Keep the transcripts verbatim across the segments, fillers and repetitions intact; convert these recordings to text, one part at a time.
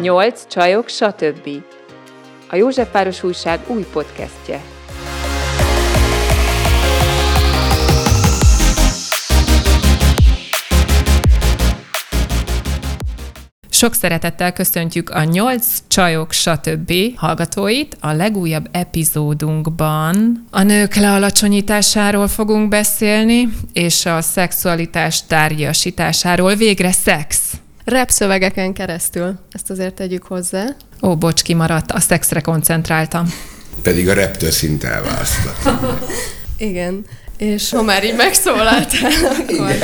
nyolc csajok, stb. A Józsefváros Újság új podcastje. Sok szeretettel köszöntjük a nyolc csajok, stb. Hallgatóit. A legújabb epizódunkban a nők lealacsonyításáról fogunk beszélni, és a szexualitás tárgyasításáról. Végre szex! Rap szövegeken keresztül. Ezt azért tegyük hozzá. Ó, bocs, kimaradt. A szexre koncentráltam. Pedig a raptől szinte elválasztottam. Igen. És ha már így megszólaltál, akkor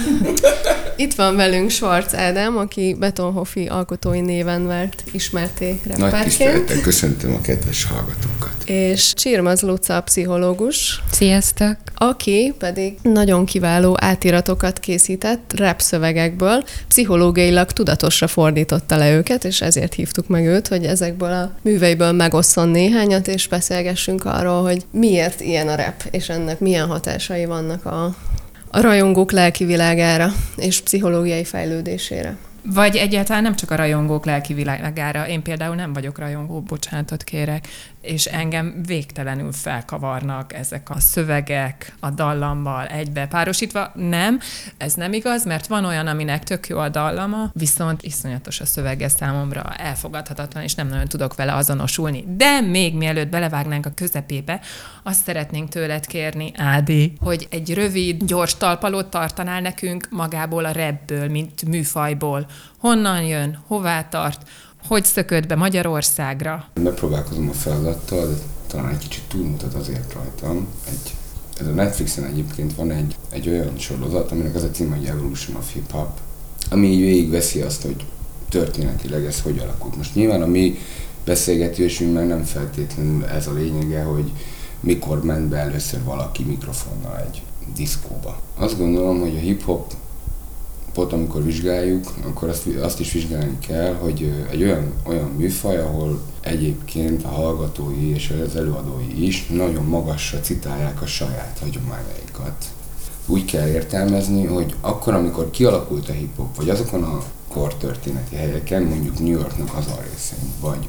itt van velünk Schwarz Ádám, aki Betonhoffi alkotói néven vált ismerté rapperként. Nagy tisztelettel köszöntöm a kedves hallgatókat. És Csirmaz Luca, pszichológus. Sziasztok! Aki pedig nagyon kiváló átiratokat készített rap szövegekből, pszichológiailag tudatosra fordította le őket, és ezért hívtuk meg őt, hogy ezekből a műveiből megosszon néhányat, és beszélgessünk arról, hogy miért ilyen a rap, és ennek milyen hatásai vannak a, a rajongók lelki világára és pszichológiai fejlődésére. Vagy egyáltalán nem csak a rajongók lelki világára. Én például nem vagyok rajongó, bocsánatot kérek, és engem végtelenül felkavarnak ezek a szövegek a dallammal egybe párosítva. Nem, ez nem igaz, mert van olyan, aminek tök jó a dallama, viszont iszonyatos a szövege számomra, elfogadhatatlan, és nem nagyon tudok vele azonosulni. De még mielőtt belevágnánk a közepébe, azt szeretnénk tőled kérni, Ádi, hogy egy rövid, gyors talpalót tartanál nekünk magából a rapből, mint műfajból. Honnan jön, hová tart, hogy szökött be Magyarországra? Megpróbálkozom a feladattal, de talán egy kicsit túlmutat azért rajtam. Egy, ez a Netflixen egyébként van egy, egy olyan sorozat, aminek az a címe, hogy Evolution of Hip Hop, ami így végigveszi azt, hogy történetileg ez hogy alakult. Most nyilván a mi beszélgetésünkben nem feltétlenül ez a lényege, hogy mikor ment be először valaki mikrofonnal egy diszkóba. Azt gondolom, hogy a hip-hop pot, amikor vizsgáljuk, akkor azt, azt is vizsgálni kell, hogy egy olyan, olyan műfaj, ahol egyébként a hallgatói és az előadói is nagyon magasra citálják a saját hagyományaikat. Úgy kell értelmezni, hogy akkor, amikor kialakult a hip-hop, vagy azokon a kortörténeti helyeken, mondjuk New Yorknak azon részén, vagy,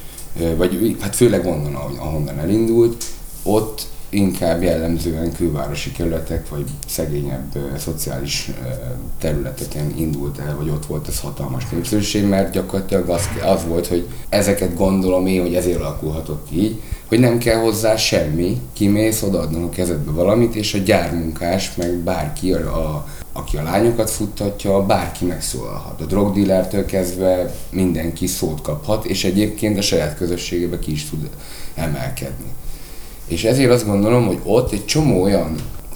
vagy hát főleg onnan, ahonnan elindult, ott inkább jellemzően külvárosi kerületek, vagy szegényebb uh, szociális uh, területeken indult el, vagy ott volt ez hatalmas népszerűség, mert gyakorlatilag az, az volt, hogy ezeket gondolom én, hogy ezért alakulhatott így, hogy nem kell hozzá semmi, kimész, odaadnak a kezedbe valamit, és a gyármunkás, meg bárki, a, a, aki a lányokat futtatja, bárki megszólalhat. A drogdílertől kezdve mindenki szót kaphat, és egyébként a saját közösségébe ki is tud emelkedni. És ezért azt gondolom, hogy ott egy csomó olyan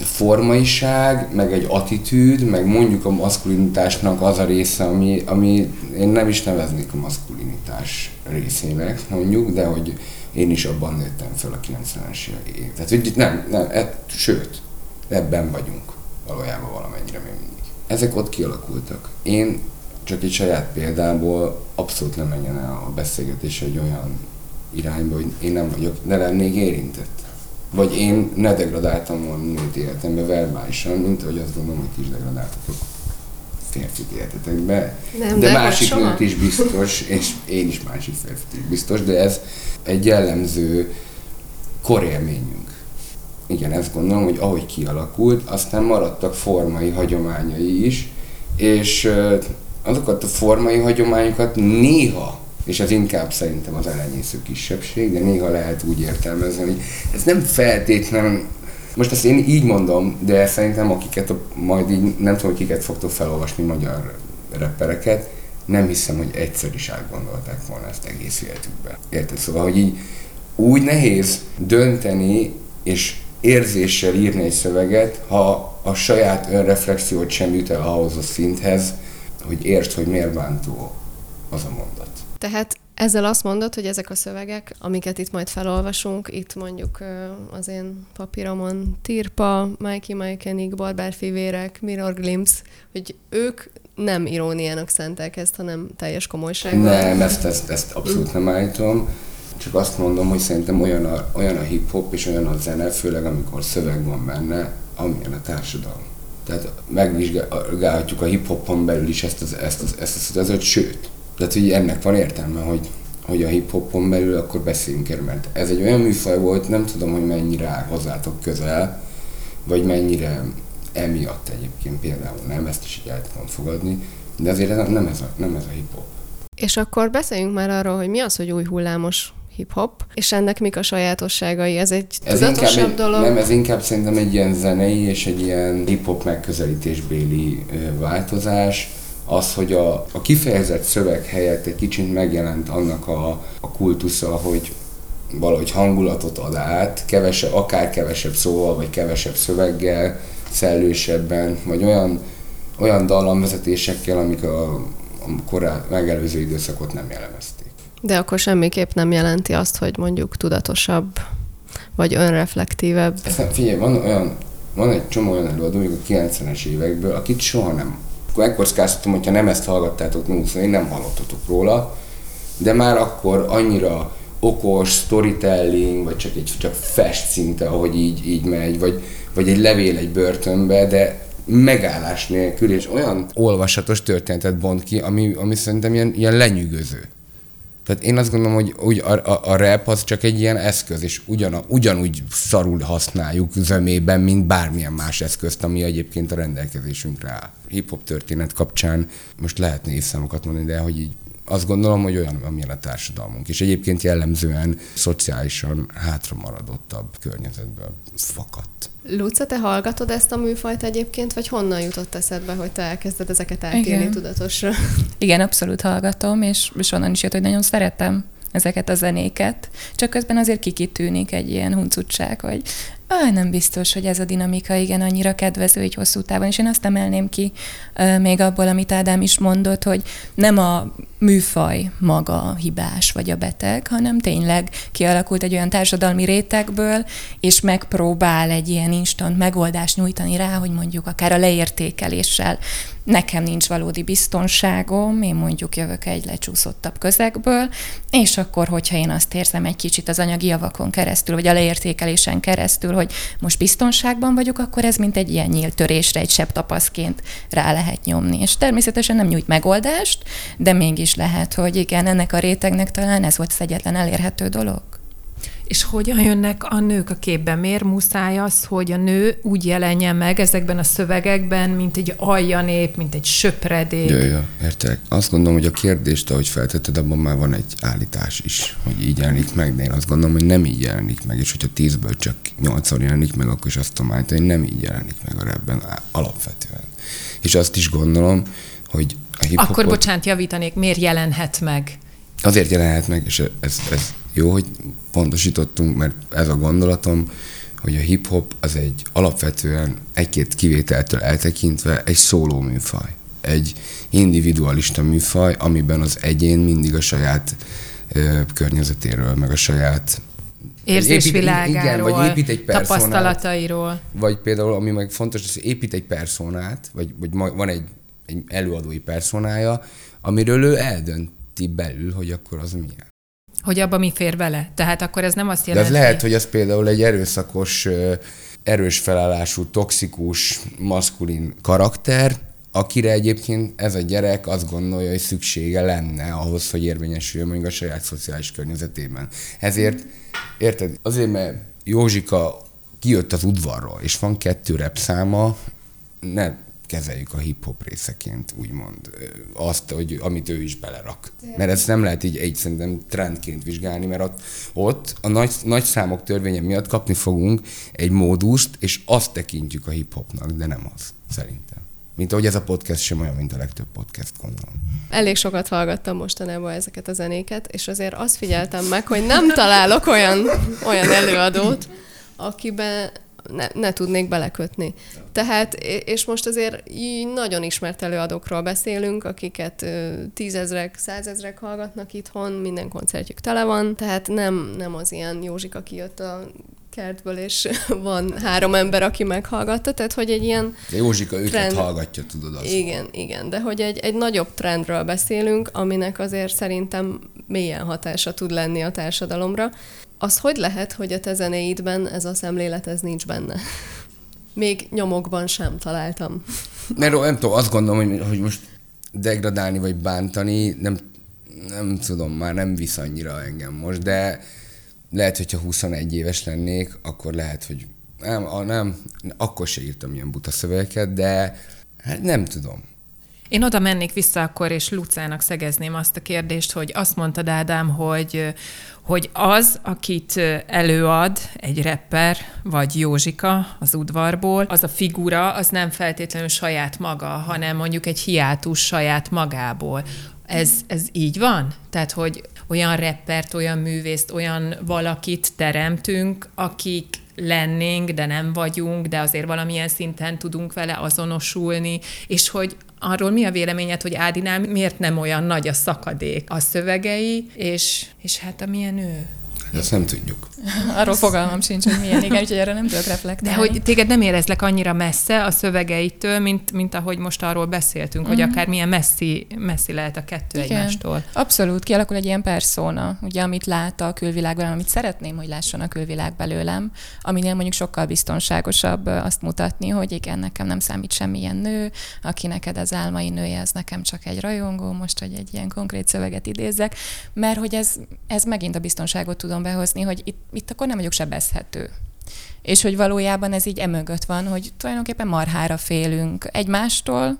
formaiság, meg egy attitűd, meg mondjuk a maszkulinitásnak az a része, ami, ami én nem is neveznék a maszkulinitás részének, mondjuk, de hogy én is abban nőttem fel a kilencvenes évek. Tehát, hogy nem, nem, e, sőt, ebben vagyunk valójában valamennyire még mindig. Ezek ott kialakultak. Én csak egy saját példából abszolút nem menjen el a beszélgetés egy olyan irányba, hogy én nem vagyok, ne lennék érintett. Vagy én ne degradáltam volna nőt életembe verbálisan, mint ahogy azt gondolom, hogy ti is degradáltatok férfit életetekbe. Nem, de, de másik nőt is biztos, és én is másik férfit is biztos, de ez egy jellemző korélményünk. Igen, ezt gondolom, hogy ahogy kialakult, aztán maradtak formai hagyományai is, és azokat a formai hagyományokat néha, és ez inkább szerintem az elenyésző kisebbség, de néha lehet úgy értelmezni, hogy ez nem feltétlenül, most ezt én így mondom, de szerintem akiket a, majd így, nem tudom, hogy kiket fogtok felolvasni magyar rappereket, nem hiszem, hogy egyszer is átgondolták volna ezt egész életükben. Érted? Szóval, hogy így úgy nehéz dönteni és érzéssel írni egy szöveget, ha a saját önreflexiót sem jut el ahhoz a szinthez, hogy értsd, hogy miért bántó az a mondat. Tehát ezzel azt mondod, hogy ezek a szövegek, amiket itt majd felolvasunk, itt mondjuk az én papíromon Tirpa, Mikey Mikenik, Barbárfivérek, Mirror Glimpse, hogy ők nem iróniának szentelk ezt, hanem teljes komolyságban. Nem, ezt, ezt, ezt abszolút nem állítom. Csak azt mondom, hogy szerintem olyan a, olyan a hip-hop és olyan a zene, főleg amikor szöveg van benne, amilyen a társadalom. Tehát megvizsgálhatjuk a hip-hopon belül is ezt az, ezt az, ezt az, ezt az, sőt, Tehát, hogy ennek van értelme, hogy, hogy a hip-hopon belül akkor beszéljünk erről, mert ez egy olyan műfaj volt, nem tudom, hogy mennyire áll hozzátok közel, vagy mennyire emiatt egyébként például nem, ezt is így el tudom fogadni, de azért nem ez a, nem ez a hip-hop. És akkor beszéljünk már arról, hogy mi az, hogy új hullámos hip-hop, és ennek mik a sajátosságai. Ez egy ez tudatosabb egy, dolog? Nem, ez inkább szerintem egy ilyen zenei és egy ilyen hip-hop megközelítésbéli ö, változás. Az, hogy a, a kifejezett szöveg helyett egy kicsit megjelent annak a, a kultusza, hogy valahogy hangulatot ad át, kevesebb, akár kevesebb szóval, vagy kevesebb szöveggel, szellősebben, vagy olyan, olyan dallamvezetésekkel, amik a, a korá, megelőző időszakot nem jellemezték. De akkor semmiképp nem jelenti azt, hogy mondjuk tudatosabb, vagy önreflektívebb. Ezt nem, figyelj, van, olyan, van egy csomó olyan előadó, még a kilencvenes évekből, akit soha nem. Akkor megkockáztatom, hogyha nem ezt hallgattátok nyolcvan, én nem hallottatok róla, de már akkor annyira okos, storytelling, vagy csak egy csak fest szinte, ahogy így, így megy, vagy, vagy egy levél egy börtönbe, de megállás nélkül, és olyan olvasatos történetet bont ki, ami, ami szerintem ilyen, ilyen lenyűgöző. Tehát én azt gondolom, hogy úgy a, a, a rap az csak egy ilyen eszköz, és ugyan, ugyanúgy szarul használjuk zömében, mint bármilyen más eszközt, ami egyébként a rendelkezésünkre áll. Hip-hop történet kapcsán most lehet négy számokat mondani, de hogy így azt gondolom, hogy olyan, amilyen a társadalmunk. És egyébként jellemzően szociálisan hátramaradottabb környezetből fakadt. Luca, te hallgatod ezt a műfajt egyébként, vagy honnan jutott eszedbe, hogy te elkezded ezeket átírni tudatosra? Igen, abszolút hallgatom, és, és onnan is jött, hogy nagyon szeretem ezeket a zenéket. Csak közben azért kikitűnik egy ilyen huncutság, hogy ah, nem biztos, hogy ez a dinamika igen annyira kedvező így hosszú távon, és én azt emelném ki uh, még abból, amit Ádám is mondott, hogy nem a műfaj maga hibás vagy a beteg, hanem tényleg kialakult egy olyan társadalmi rétegből, és megpróbál egy ilyen instant megoldást nyújtani rá, hogy mondjuk akár a leértékeléssel nekem nincs valódi biztonságom, én mondjuk jövök egy lecsúszottabb közegből, és akkor, hogyha én azt érzem egy kicsit az anyagi javakon keresztül, vagy a leértékelésen keresztül, hogy most biztonságban vagyok, akkor ez mint egy ilyen nyílt törésre, egy sebb tapaszként rá lehet nyomni. És természetesen nem nyújt megoldást, de mégis lehet, hogy igen, ennek a rétegnek talán ez volt az egyetlen elérhető dolog. És hogyan jönnek a nők a képbe? Miért muszáj az, hogy a nő úgy jelenjen meg ezekben a szövegekben, mint egy aljanép, mint egy söpredék? Ja, ja, értek. Azt gondolom, hogy a kérdést, ahogy feltetted, abban már van egy állítás is, hogy így jelenik meg, de én azt gondolom, hogy nem így jelenik meg, és hogyha tízből csak nyolcszor jelenik meg, akkor is azt tudom állítani, hogy nem így jelenik meg a rapben alapvetően. És azt is gondolom, hogy a hip-hopot... Akkor bocsánat, javítanék, miért jelenhet meg? Azért jelenhet meg, és ez, ez jó, hogy pontosítottunk, mert ez a gondolatom, hogy a hip-hop az egy alapvetően egy-két kivételtől eltekintve egy szóló műfaj. Egy individualista műfaj, amiben az egyén mindig a saját ö, környezetéről, meg a saját érzésvilágáról, igen, vagy épít egy personát, tapasztalatairól. Vagy például, ami meg fontos, hogy épít egy personát, vagy, vagy van egy, egy előadói personája, amiről ő eldönti belül, hogy akkor az milyen. Hogy abba mi fér bele? Tehát akkor ez nem azt jelenti... De az lehet, hogy az például egy erőszakos, erős felállású, toxikus, maszkulin karakter, akire egyébként ez a gyerek azt gondolja, hogy szüksége lenne ahhoz, hogy érvényesüljön mondjuk a saját szociális környezetében. Ezért, érted? Azért, mert Józsika kijött az udvarról, és van kettő rap száma, ne kezeljük a hip-hop részeként, úgymond, azt, hogy, amit ő is belerak. Mert ezt nem lehet így egy szerintem trendként vizsgálni, mert ott, ott a nagy, nagy számok törvénye miatt kapni fogunk egy módust, és azt tekintjük a hip-hopnak, de nem az, szerintem. Mint ahogy ez a podcast sem olyan, mint a legtöbb podcast, gondolom. Elég sokat hallgattam mostanában ezeket a zenéket, és azért azt figyeltem meg, hogy nem találok olyan, olyan előadót, akiben ne, ne tudnék belekötni. Tehát, és most azért így nagyon ismert előadókról beszélünk, akiket tízezrek, százezrek hallgatnak itthon, minden koncertjük tele van, tehát nem, nem az ilyen Józsika kijött a kertből, és van három ember, aki meghallgatta, tehát hogy egy ilyen... De Józsika őket trend... hallgatja, tudod azt. Igen, igen, de hogy egy, egy nagyobb trendről beszélünk, aminek azért szerintem mélyen hatása tud lenni a társadalomra. Az hogy lehet, hogy a te zenéidben ez a szemlélet, ez nincs benne? Még nyomokban sem találtam. Mert nem tudom, azt gondolom, hogy, hogy most degradálni vagy bántani, nem, nem tudom, már nem visz annyira engem most, de lehet, hogyha huszonegy éves lennék, akkor lehet, hogy nem, nem akkor se írtam ilyen buta szövegeket, de hát nem tudom. Én oda mennék vissza akkor, és Lucának szegezném azt a kérdést, hogy azt mondtad, Ádám, hogy, hogy az, akit előad egy rapper, vagy Józsika az udvarból, az a figura, az nem feltétlenül saját maga, hanem mondjuk egy hiátus saját magából. Ez, ez így van? Tehát, hogy olyan rappert, olyan művészt, olyan valakit teremtünk, akik lennénk, de nem vagyunk, de azért valamilyen szinten tudunk vele azonosulni, és hogy arról mi a véleményed, hogy Ádinál miért nem olyan nagy a szakadék a szövegei, és, és hát amilyen ő? Ezt nem tudjuk. Arról fogalmam sincs, hogy milyen, igen, úgyhogy erre nem tudok reflektálni. De hogy téged nem érezlek annyira messze a szövegeitől, mint, mint ahogy most arról beszéltünk, mm-hmm. hogy akár milyen messzi, messzi lehet a kettő igen. egymástól. Abszolút, kialakul egy ilyen persona, ugye, amit lát a külvilágban, amit szeretném, hogy lásson a külvilág belőlem, aminél mondjuk sokkal biztonságosabb azt mutatni, hogy igen, nekem nem számít semmilyen nő, aki neked az álmai nője, az nekem csak egy rajongó, most, hogy egy ilyen konkrét szöveget idézzek, mert hogy ez, ez megint a biztonságot tudom behozni, hogy itt, itt akkor nem vagyok sebezhető. És hogy valójában ez így emögött van, hogy tulajdonképpen marhára félünk egymástól,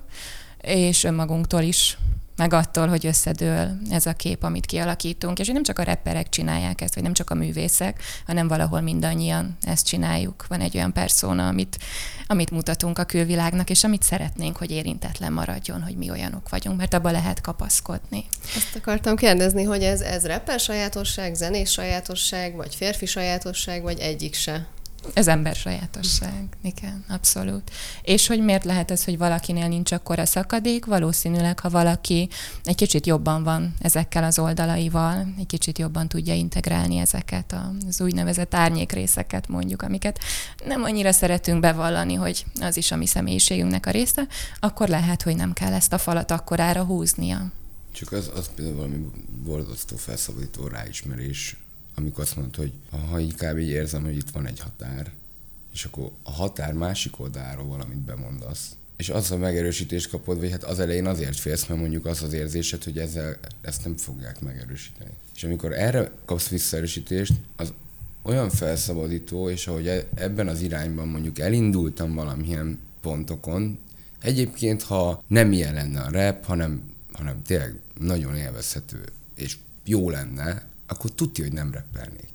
és önmagunktól is, meg attól, hogy összedől ez a kép, amit kialakítunk. És hogy nem csak a rapperek csinálják ezt, vagy nem csak a művészek, hanem valahol mindannyian ezt csináljuk. Van egy olyan persona, amit, amit mutatunk a külvilágnak, és amit szeretnénk, hogy érintetlen maradjon, hogy mi olyanok vagyunk, mert abba lehet kapaszkodni. Ezt akartam kérdezni, hogy ez, ez rapper sajátosság, zenés sajátosság, vagy férfi sajátosság, vagy egyik se? Ez ember sajátosság, igen, abszolút. És hogy miért lehet ez, hogy valakinél nincs akkora szakadék? Valószínűleg, ha valaki egy kicsit jobban van ezekkel az oldalaival, egy kicsit jobban tudja integrálni ezeket az úgynevezett árnyékrészeket mondjuk, amiket nem annyira szeretünk bevallani, hogy az is a mi személyiségünknek a része, akkor lehet, hogy nem kell ezt a falat akkorára húznia. Csak az, az például valami borzasztó felszabadító ráismerés, amikor azt mondod, hogy ha így kb. Így érzem, hogy itt van egy határ, és akkor a határ másik oldaláról valamit bemondasz, és az a megerősítést kapod, vagy hát az elején azért félsz, mert mondjuk az az érzésed, hogy ezzel, ezt nem fogják megerősíteni. És amikor erre kapsz visszaerősítést, az olyan felszabadító, és ahogy ebben az irányban mondjuk elindultam valamilyen pontokon, egyébként, ha nem ilyen lenne a rap, hanem, hanem tényleg nagyon élvezhető, és jó lenne, akkor tudja, hogy nem rappelnék.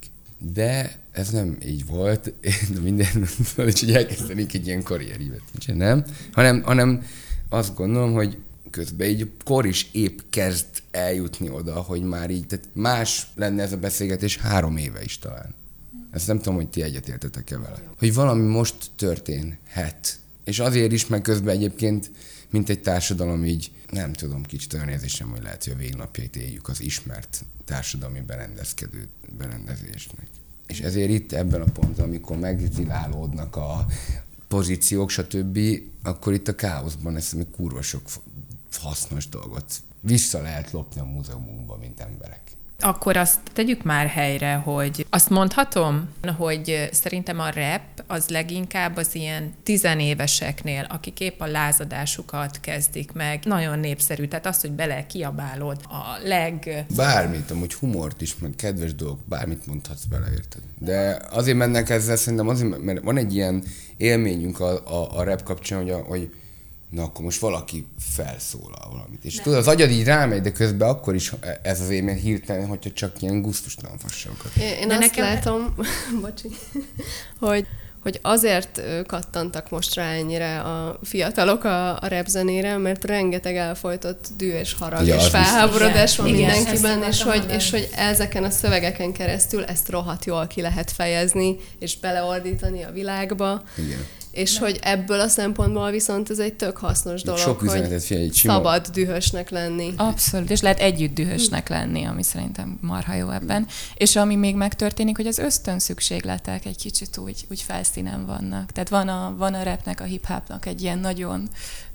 De ez nem így volt, de minden, hogy elkezdenék egy ilyen karrierívet, nem? Hanem, hanem azt gondolom, hogy közben így a kor is épp kezd eljutni oda, hogy már így, tehát más lenne ez a beszélgetés három éve is talán. Ezt nem tudom, hogy ti egyetértetek-e vele. Hogy valami most történhet. És azért is, meg közben egyébként, mint egy társadalom így, nem tudom, kicsit olyan érzésem, hogy lehet, hogy a végnapjait éljük az ismert társadalmi berendezkedő berendezésnek. És ezért itt ebben a ponton, amikor megzilálódnak a pozíciók, stb., akkor itt a káoszban ezt még kurva sok hasznos dolgot vissza lehet lopni a múzeumunkba, mint emberek. Akkor azt tegyük már helyre, hogy azt mondhatom, hogy szerintem a rap az leginkább az ilyen tizenéveseknél, akik épp a lázadásukat kezdik meg, nagyon népszerű. Tehát az, hogy bele kiabálod a leg... Bármit, amúgy humort is, meg kedves dolgok, bármit mondhatsz bele, érted? De azért mennek ezzel, szerintem azért, mert van egy ilyen élményünk a, a, a rap kapcsán, hogy, a, hogy na akkor most valaki felszólal valamit. És tudod, az agyad így rámegy, de közben akkor is ez az élmény hirtelen, hogyha csak ilyen gusztustalan fasságokat. Én, én azt nekem... látom, bocsi, hogy, hogy azért kattantak most rá ennyire a fiatalok a, a rap zenére, mert rengeteg elfojtott dű és harag ja, és felháborodás van igen, mindenkiben, és hogy, és hogy ezeken a szövegeken keresztül ezt rohadt jól ki lehet fejezni, és beleordítani a világba. Igen. És de. Hogy ebből a szempontból viszont ez egy tök hasznos dolog, sok üzenetet, hogy szabad dühösnek lenni. Abszolút, és lehet együtt dühösnek lenni, ami szerintem marha jó ebben. És ami még megtörténik, hogy az ösztön szükségletek egy kicsit úgy, úgy felszínen vannak. Tehát van a, van a rapnek, a hip-hopnak egy ilyen nagyon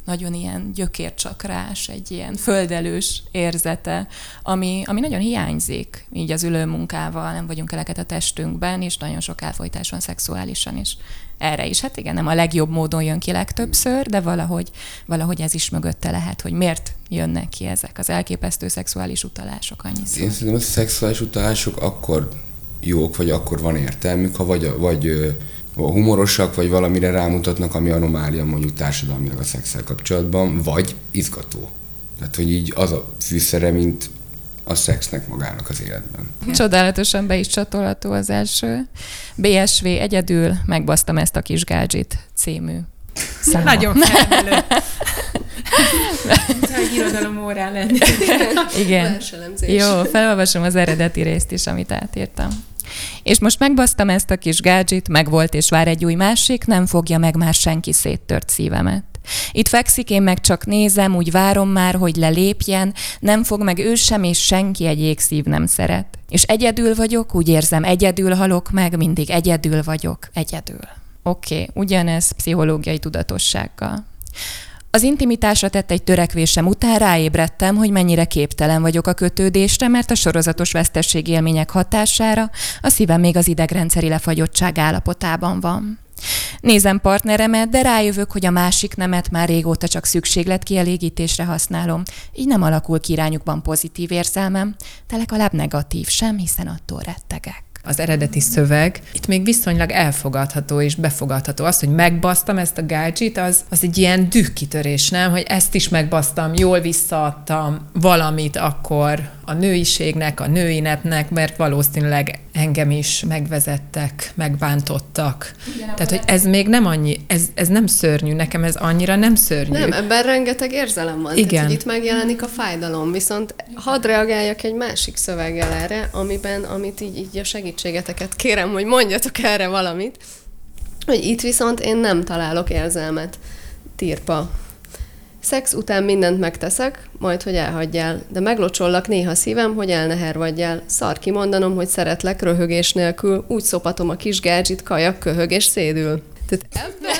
nagyon ilyen gyökércsakrás, egy ilyen földelős érzete, ami, ami nagyon hiányzik így az ülőmunkával, nem vagyunk eleket a testünkben, és nagyon sok elfojtás van szexuálisan is. Erre is, hát igen, nem a legjobb módon jön ki legtöbbször, de valahogy, valahogy ez is mögötte lehet, hogy miért jönnek ki ezek az elképesztő szexuális utalások annyiszor. Én szerintem a szexuális utalások akkor jók, vagy akkor van értelmük, ha vagy, vagy humorosak, vagy valamire rámutatnak, ami anomália mondjuk társadalmilag a szexszel kapcsolatban, vagy izgató. Tehát, hogy így az a fűszere, mint a szexnek magának az életben. Csodálatosan be is csatolható az első. bé es vé egyedül megbasztam ezt a kis gádzsit című számot. Nagyon felmelő. Mintha egy irodalom órán lenni. Igen. Jó, felolvasom az eredeti részt is, amit átírtam. És most megbasztam ezt a kis gádzsit, megvolt és vár egy új másik, nem fogja meg már senki széttört szívemet. Itt fekszik, én meg csak nézem, úgy várom már, hogy lelépjen, nem fog meg ő sem, és senki egy jégszív nem szeret. És egyedül vagyok, úgy érzem, egyedül halok meg, mindig egyedül vagyok, egyedül. Oké, okay, ugyanez pszichológiai tudatossággal. Az intimitásra tett egy törekvésem után ráébredtem, hogy mennyire képtelen vagyok a kötődésre, mert a sorozatos vesztességélmények hatására a szívem még az idegrendszeri lefagyottság állapotában van. Nézem partneremet, de rájövök, hogy a másik nemet már régóta csak szükségletkielégítésre használom. Így nem alakul ki irányukban pozitív érzelmem, de legalább negatív sem, hiszen attól rettegek. Az eredeti szöveg itt még viszonylag elfogadható és befogadható. Az, hogy megbasztam ezt a gádzsit, az, az egy ilyen dühkitörés, nem? Hogy ezt is megbasztam, jól visszaadtam valamit akkor a nőiségnek, a női nepnek, mert valószínűleg engem is megvezettek, megbántottak. Igen, tehát, hogy ez még nem annyi, ez, ez nem szörnyű, nekem ez annyira nem szörnyű. Nem, ebben rengeteg érzelem van. Igen. Tehát, hogy itt megjelenik a fájdalom, viszont hadd reagáljak egy másik szöveggel erre, amiben, amit így, így a segítségeteket kérem, hogy mondjatok erre valamit, hogy itt viszont én nem találok érzelmet. Tirpa. Szex után mindent megteszek, majd, hogy elhagyjál, de meglocsollak néha szívem, hogy elnehervadjál. Szar kimondanom, hogy szeretlek röhögés nélkül, úgy szopatom a kis gádzsit, kajak, köhög és szédül. Tehát ebben...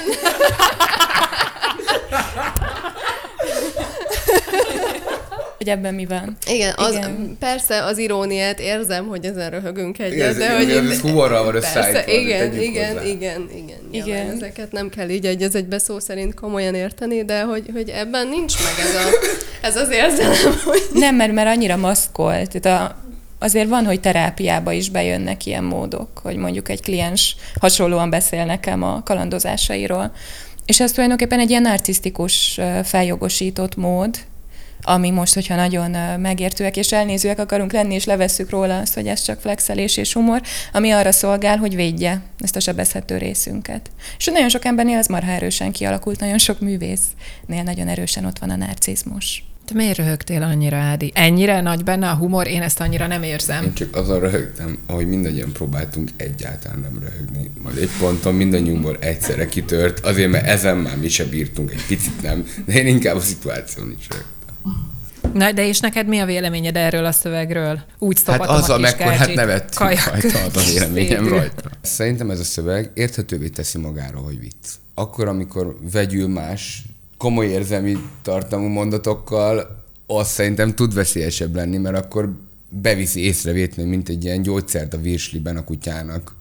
Hogy ebben mi van? Igen, az, igen, persze az iróniát érzem, hogy ezen röhögünk egyet, igen, de ez, hogy... Ez humorral van összeállítva. Igen, igen, igen, igen, igen. Ezeket nem kell így egy egybe szó szerint komolyan érteni, de hogy, hogy ebben nincs meg ez, a, ez az érzelem, hogy... Nem, mert, mert annyira maszkolt. Tehát a, azért van, hogy terápiába is bejönnek ilyen módok, hogy mondjuk egy kliens hasonlóan beszél nekem a kalandozásairól. És ez tulajdonképpen egy ilyen narcisztikus, feljogosított mód, ami most, hogyha nagyon megértőek és elnézőek akarunk lenni, és levesszük róla azt, hogy ez csak flexelés és humor, ami arra szolgál, hogy védje ezt a sebezhető részünket. És nagyon sok embernél ez marha erősen kialakult, nagyon sok művésznél nagyon erősen ott van a narcizmus. Te miért röhögtél annyira, Ádi? Ennyire nagy benne a humor, én ezt annyira nem érzem. Én csak azon röhögtem, ahogy mindannyian próbáltunk egyáltalán nem röhögni. Majd egy ponton mindannyiunkból egyszerre kitört, azért, mert ezen már mi se bírtunk, egy picit nem, de én inkább a szituáción is röhögtem. Na, de és neked mi a véleményed erről a szövegről? Úgy szopatom hát azzal a kis mekkor, hát nevettünk kajak, rajta, az a véleményem rajta. Szerintem ez a szöveg érthetővé teszi magára, hogy vicc. Akkor, amikor vegyül más, komoly érzelmi tartalmú mondatokkal, az szerintem tud veszélyesebb lenni, mert akkor beviszi észrevétlenül, mint egy ilyen gyógyszert a virsliben a kutyának.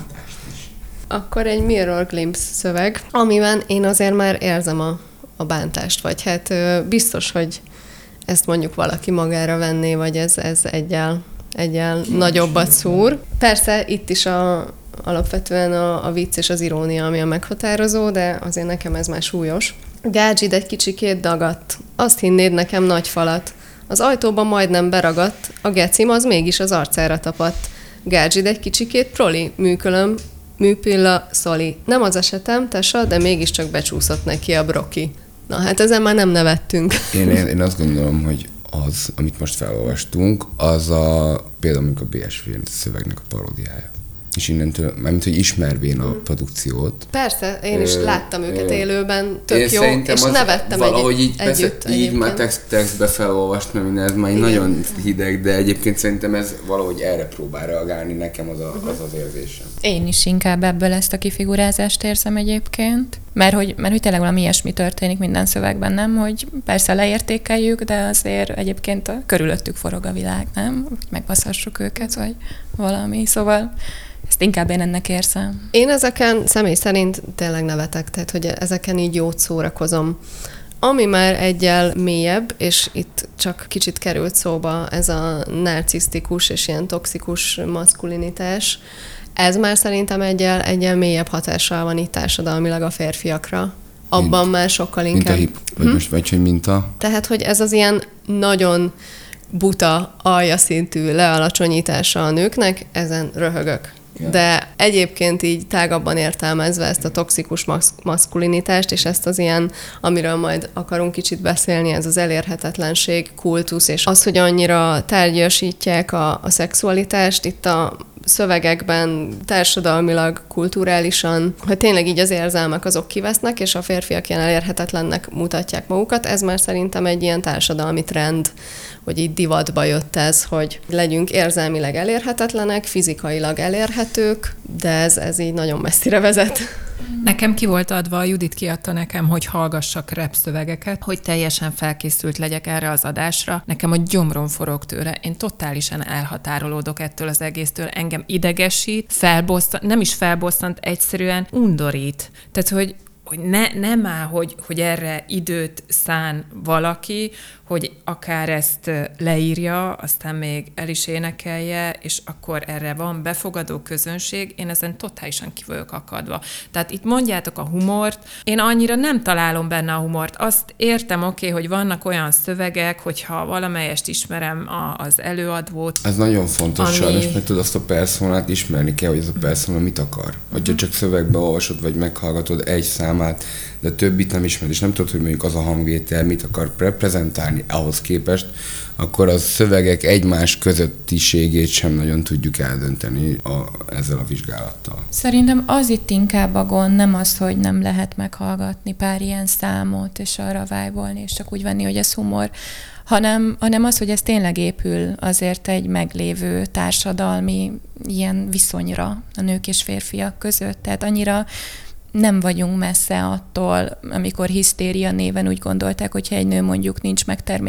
Akkor egy mirror glimpse szöveg, amiben én azért már érzem a, a bántást, vagy hát biztos, hogy ezt mondjuk valaki magára venné, vagy ez, ez egyel, egyel nagyobbat szúr. Persze itt is a, alapvetően a, a vicc és az irónia, ami a meghatározó, de azért nekem ez már súlyos. Gádzsid egy kicsikét dagadt, azt hinnéd nekem nagy falat. Az ajtóban majdnem beragadt, a gecim az mégis az arcára tapadt. Gádzsid egy kicsikét proli, műkölöm, műpilla, szoli. Nem az esetem, tesa, de mégiscsak becsúszott neki a broki. Na hát ezen már nem nevettünk. Én, én, én azt gondolom, hogy az, amit most felolvastunk, az a például mondjuk a bé es vé szövegnek a paródiája. És innentől, mármint, hogy ismervén a produkciót. Persze, én is ö, láttam őket ö, élőben, tök jó, és nevettem valahogy egy, így, együtt. Persze, így már text, textbe felolvastam, minden, ez már nagyon hideg, de egyébként szerintem ez valahogy erre próbál reagálni, nekem az a, az, az érzésem. Én is inkább ebből ezt a kifigurázást érzem egyébként. Mert hogy, mert hogy tényleg valami ilyesmi történik minden szövegben, nem? Hogy persze leértékeljük, de azért egyébként a, körülöttük forog a világ, nem? Megbaszhassuk őket, vagy valami. Szóval ezt inkább én ennek érzem. Én ezeken személy szerint tényleg nevetek, tehát hogy ezeken így jót szórakozom. Ami már egyel mélyebb, és itt csak kicsit került szóba ez a narcisztikus és ilyen toxikus maszkulinitás, ez már szerintem egyel, egyel mélyebb hatással van itt társadalmilag a férfiakra. Abban mint, már sokkal inkább... Mint a hip, vagy hm? most vagy, hogy mint a... Tehát, hogy ez az ilyen nagyon buta, alja szintű lealacsonyítása a nőknek, ezen röhögök. De egyébként így tágabban értelmezve ezt a toxikus maszkulinitást, és ezt az ilyen, amiről majd akarunk kicsit beszélni, ez az elérhetetlenség, kultusz, és az, hogy annyira tárgyasítják a, a szexualitást, itt a szövegekben társadalmilag, kulturálisan, hogy tényleg így az érzelmek azok kivesznek, és a férfiak ilyen elérhetetlennek mutatják magukat, ez már szerintem egy ilyen társadalmi trend, hogy így divatba jött ez, hogy legyünk érzelmileg elérhetetlenek, fizikailag elérhetők, de ez, ez így nagyon messzire vezet. Nekem ki volt adva, a Judit kiadta nekem, hogy hallgassak rap szövegeket, hogy teljesen felkészült legyek erre az adásra. Nekem a gyomrom forog tőle. Én totálisan elhatárolódok ettől az egésztől. Engem idegesít, felbosszant, nem is felbosszant, egyszerűen undorít. Tehát, hogy hogy ne, nem áll, hogy, hogy erre időt szán valaki, hogy akár ezt leírja, aztán még el is énekelje, és akkor erre van befogadó közönség, én ezen totálisan ki vagyok akadva. Tehát itt mondjátok a humort, én annyira nem találom benne a humort. Azt értem, oké, okay, hogy vannak olyan szövegek, hogyha valamelyest ismerem a, az előadót. Ez nagyon fontos, ami... sajnos, mert tudod, azt a personát ismerni kell, hogy ez a persona mit akar. Hogyha csak szövegbe olvasod, vagy meghallgatod egy számát, de a többit nem ismered, és nem tudod, hogy mondjuk az a hangvétel mit akar reprezentálni ahhoz képest, akkor a szövegek egymás közöttiségét sem nagyon tudjuk eldönteni a, ezzel a vizsgálattal. Szerintem az itt inkább a gond, nem az, hogy nem lehet meghallgatni pár ilyen számot, és arra vibe-olni, és csak úgy venni, hogy ez humor, hanem, hanem az, hogy ez tényleg épül azért egy meglévő társadalmi ilyen viszonyra a nők és férfiak között. Tehát annyira nem vagyunk messze attól, amikor hisztéria néven úgy gondolták, hogyha egy nő mondjuk nincs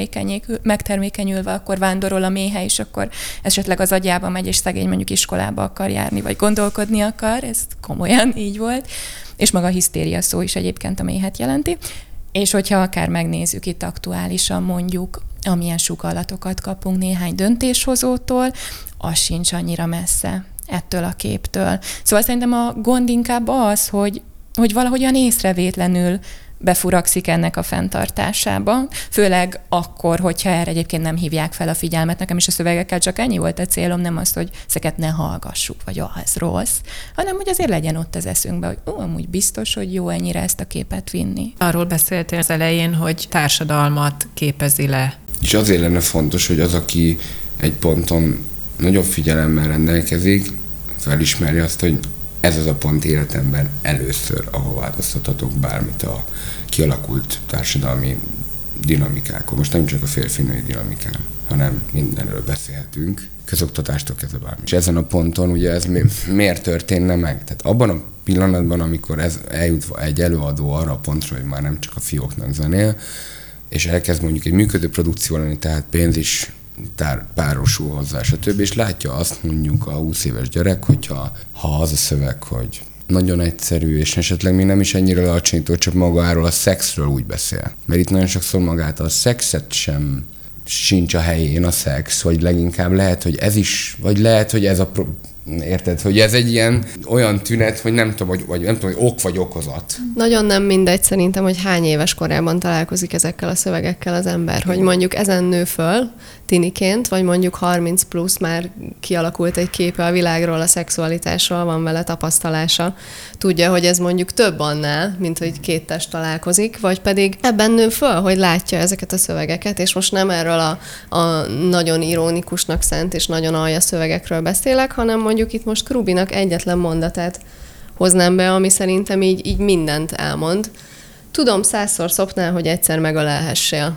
megtermékenyülve, akkor vándorol a méhe, és akkor esetleg az agyába megy, és szegény mondjuk iskolába akar járni, vagy gondolkodni akar, ez komolyan így volt. És maga a hisztéria szó is egyébként a méhet jelenti. És hogyha akár megnézzük itt aktuálisan mondjuk, amilyen sugallatokat kapunk néhány döntéshozótól, az sincs annyira messze ettől a képtől. Szóval szerintem a gond inkább az, hogy hogy valahogyan észrevétlenül befurakszik ennek a fenntartásába, főleg akkor, hogyha erre egyébként nem hívják fel a figyelmet. Nekem is a szövegekkel csak ennyi volt a célom, nem az, hogy ezeket ne hallgassuk, vagy ah, ez rossz, hanem hogy azért legyen ott az eszünkbe, hogy ó, amúgy biztos, hogy jó ennyire ezt a képet vinni. Arról beszéltél az elején, hogy társadalmat képezi le. És azért lenne fontos, hogy az, aki egy ponton nagyobb figyelemmel rendelkezik, felismeri azt, hogy ez az a pont életemben először, ahol változtathatok bármit a kialakult társadalmi dinamikákon. Most nem csak a férfi-női dinamikán, hanem mindenről beszélhetünk, közoktatástól kezdve bármi. És ezen a ponton ugye ez mi, miért történne meg? Tehát abban a pillanatban, amikor ez eljut egy előadó arra a pontra, hogy már nem csak a fióknak zenél, és elkezd mondjuk egy működő produkció lenni, tehát pénz is tár, párosul hozzá, stb. És látja azt mondjuk a húsz éves gyerek, hogyha ha az a szöveg, hogy nagyon egyszerű, és esetleg még nem is ennyire lealacsonyító, csak magáról a szexről úgy beszél. Mert itt nagyon sokszor magát a szexet sem sincs a helyén a szex, vagy leginkább lehet, hogy ez is, vagy lehet, hogy ez a pro- érted, hogy ez egy ilyen olyan tünet, hogy nem tudom, vagy, vagy nem tudom, hogy ok vagy okozat. Nagyon nem mindegy szerintem, hogy hány éves korában találkozik ezekkel a szövegekkel az ember, hogy mondjuk ezen nő föl tiniként, vagy mondjuk harminc plusz már kialakult egy képe a világról, a szexualitásról, van vele tapasztalása, tudja, hogy ez mondjuk több annál, mint hogy két test találkozik, vagy pedig ebben nő föl, hogy látja ezeket a szövegeket, és most nem erről a, a nagyon ironikusnak szánt és nagyon alja szövegekről beszélek, hanem mondjuk itt most Krubinak egyetlen mondatát hoznám be, ami szerintem így, így mindent elmond. Tudom százszor szopnál, hogy egyszer megölelhessél.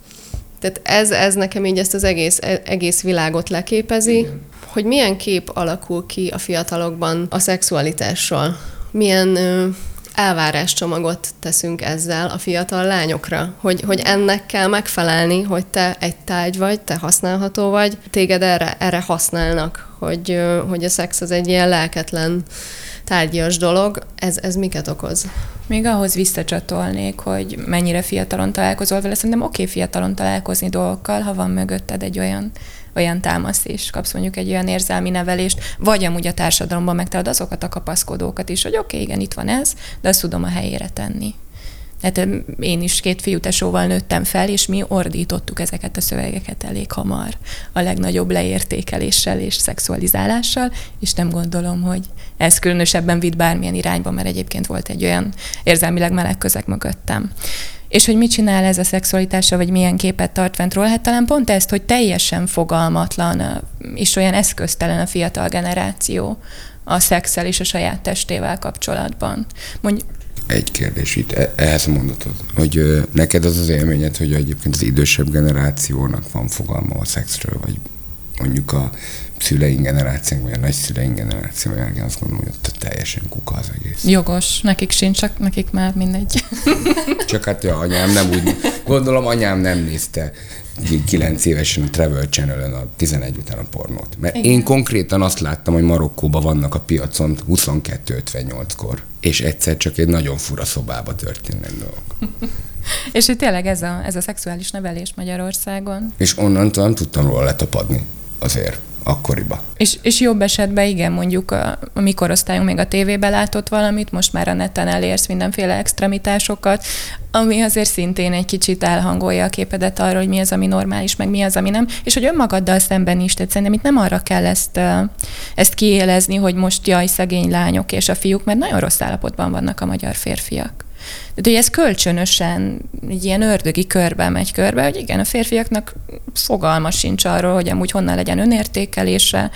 Tehát ez, ez nekem így ezt az egész, egész világot leképezi, igen. Hogy milyen kép alakul ki a fiatalokban a szexualitásról. Milyen ö, elváráscsomagot teszünk ezzel a fiatal lányokra, hogy, hogy ennek kell megfelelni, hogy te egy tárgy vagy, te használható vagy, téged erre, erre használnak, hogy, hogy a szex az egy ilyen lelketlen tárgyas dolog. Ez, ez miket okoz? Még ahhoz visszacsatolnék, hogy mennyire fiatalon találkozol vele. Szerintem oké okay, fiatalon találkozni dolgokkal, ha van mögötted egy olyan, olyan támasz, és kapsz mondjuk egy olyan érzelmi nevelést, vagy amúgy a társadalomban megtalálod azokat a kapaszkodókat is, hogy oké, okay, igen, itt van ez, de azt tudom a helyére tenni. Hát én is két fiútesóval nőttem fel, és mi ordítottuk ezeket a szövegeket elég hamar. A legnagyobb leértékeléssel és szexualizálással, és nem gondolom, hogy ez különösebben vitt bármilyen irányba, mert egyébként volt egy olyan érzelmileg meleg közeg mögöttem. És hogy mit csinál ez a szexualitással, vagy milyen képet tart fent róla? Hát talán pont ezt, hogy teljesen fogalmatlan és olyan eszköztelen a fiatal generáció a szexszel és a saját testével kapcsolatban. Mondj, Egy kérdés itt, ehhez a mondatod, hogy ö, neked az az élményed, hogy egyébként az idősebb generációnak van fogalma a szexről, vagy mondjuk a szüleink generációnk, vagy a nagyszüleink generációnk, én azt gondolom, hogy ott teljesen kuka az egész. Jogos, nekik sincs, csak nekik már mindegy. Csak hát ja, anyám nem úgy, gondolom anyám nem nézte kilenc évesen a Travel Channel-ön a tizenegy után a pornót. Mert igen. Én konkrétan azt láttam, hogy Marokkóban vannak a piacon huszonkettő ötvennyolckor, és egyszer csak egy nagyon fura szobába történnek dolgok. És itt tényleg ez a, ez a szexuális nevelés Magyarországon. És onnantól nem tudtam róla letapadni azért. Akkoriba. És, és jobb esetben igen, mondjuk a, a mi korosztályunk még a tévébe látott valamit, most már a neten elérsz mindenféle extremitásokat, ami azért szintén egy kicsit elhangolja a képedet arról, hogy mi az, ami normális, meg mi az, ami nem, és hogy önmagaddal szemben is, tehát szerintem itt nem arra kell ezt, ezt kiélezni, hogy most jaj, szegény lányok és a fiúk, mert nagyon rossz állapotban vannak a magyar férfiak. Tehát, hogy ez kölcsönösen egy ilyen ördögi körbe megy körbe, hogy igen, a férfiaknak fogalma sincs arról, hogy amúgy honnan legyen önértékelése,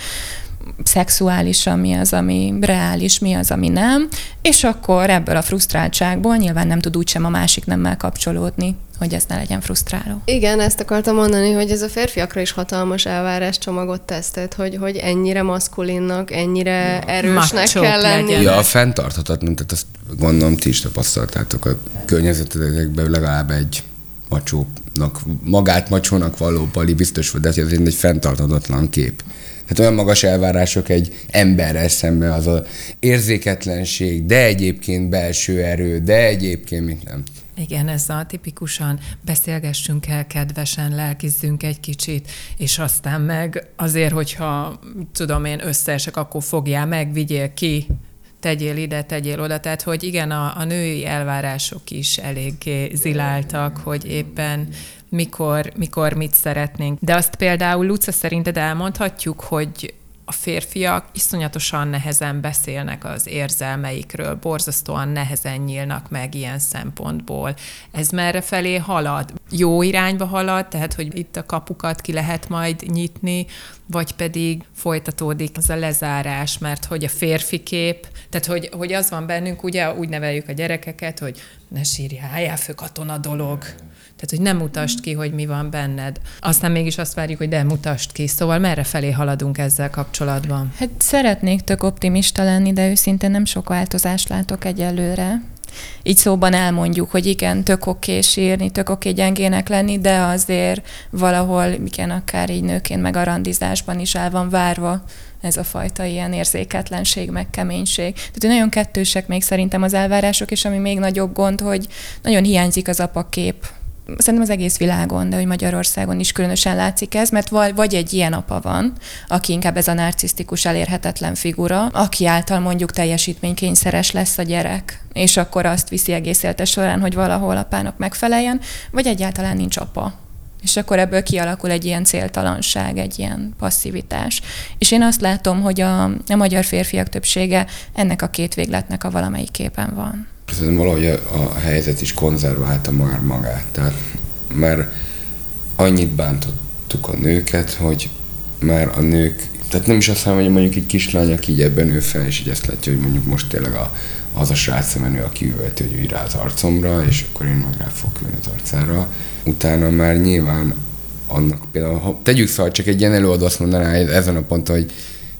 szexuálisan mi az, ami reális, mi az, ami nem, és akkor ebből a frusztráltságból nyilván nem tud úgysem a másik nemmel kapcsolódni, hogy ez ne legyen frusztráló. Igen, ezt akartam mondani, hogy ez a férfiakra is hatalmas elváráscsomagot tesz, tehát hogy, hogy ennyire maszkulinnak, ennyire ja, erősnek kell lenni. Ja, a fenntarthatatlan, tehát azt gondolom, ti is tapasztaltátok a környezetetekben legalább egy macsónak, magát macsónak valló pali biztos volt, de ez egy fenntarthatatlan kép. Tehát olyan magas elvárások egy emberrel szemben, az az érzéketlenség, de egyébként belső erő, de egyébként mit nem. Igen, ez a tipikusan beszélgessünk el kedvesen, lelkizzünk egy kicsit, és aztán meg azért, hogyha tudom én összeesek, akkor fogjál meg, vigyél ki, tegyél ide, tegyél oda. Tehát, hogy igen, a, a női elvárások is eléggé ziláltak, hogy éppen mikor, mikor mit szeretnénk. De azt például, Luca, szerinted elmondhatjuk, hogy a férfiak iszonyatosan nehezen beszélnek az érzelmeikről, borzasztóan nehezen nyílnak meg ilyen szempontból. Ez merre felé halad? Jó irányba halad, tehát hogy itt a kapukat ki lehet majd nyitni, vagy pedig folytatódik az a lezárás, mert hogy a férfi kép, tehát hogy, hogy az van bennünk, ugye úgy neveljük a gyerekeket, hogy ne sírjál, álljál fő katona dolog. Tehát, hogy nem mutasd ki, hogy mi van benned. Aztán mégis azt várjuk, hogy de mutasd ki. Szóval merre felé haladunk ezzel kapcsolatban? Hát szeretnék tök optimista lenni, de őszintén nem sok változást látok egyelőre. Így szóban elmondjuk, hogy igen, tök oké sírni, tök oké gyengének lenni, de azért valahol, igen, akár így nőként meg a randizásban is el van várva ez a fajta ilyen érzéketlenség, meg keménység. Tehát nagyon kettősek még szerintem az elvárások, és ami még nagyobb gond, hogy nagyon hiányzik az apakép. Szerintem az egész világon, de hogy Magyarországon is különösen látszik ez, mert vagy egy ilyen apa van, aki inkább ez a narcisztikus, elérhetetlen figura, aki által mondjuk teljesítménykényszeres lesz a gyerek, és akkor azt viszi egész élete során, hogy valahol apának megfeleljen, vagy egyáltalán nincs apa. És akkor ebből kialakul egy ilyen céltalanság, egy ilyen passzivitás. És én azt látom, hogy a, a magyar férfiak többsége ennek a két végletnek a valamelyiképpen van. Szerintem valahogy a, a helyzet is konzerválta már magát. Tehát már annyit bántottuk a nőket, hogy már a nők, tehát nem is azt mondom, hogy mondjuk egy kislány, aki így ebben nő fel, és így ezt látja, hogy mondjuk most tényleg a, az a srác menő, aki üvölti, hogy ülj rá az arcomra, és akkor én meg rá fogok ülni az arcára. Utána már nyilván annak például, ha tegyük fel, csak egy ilyen előadó azt mondaná ezen a ponton, hogy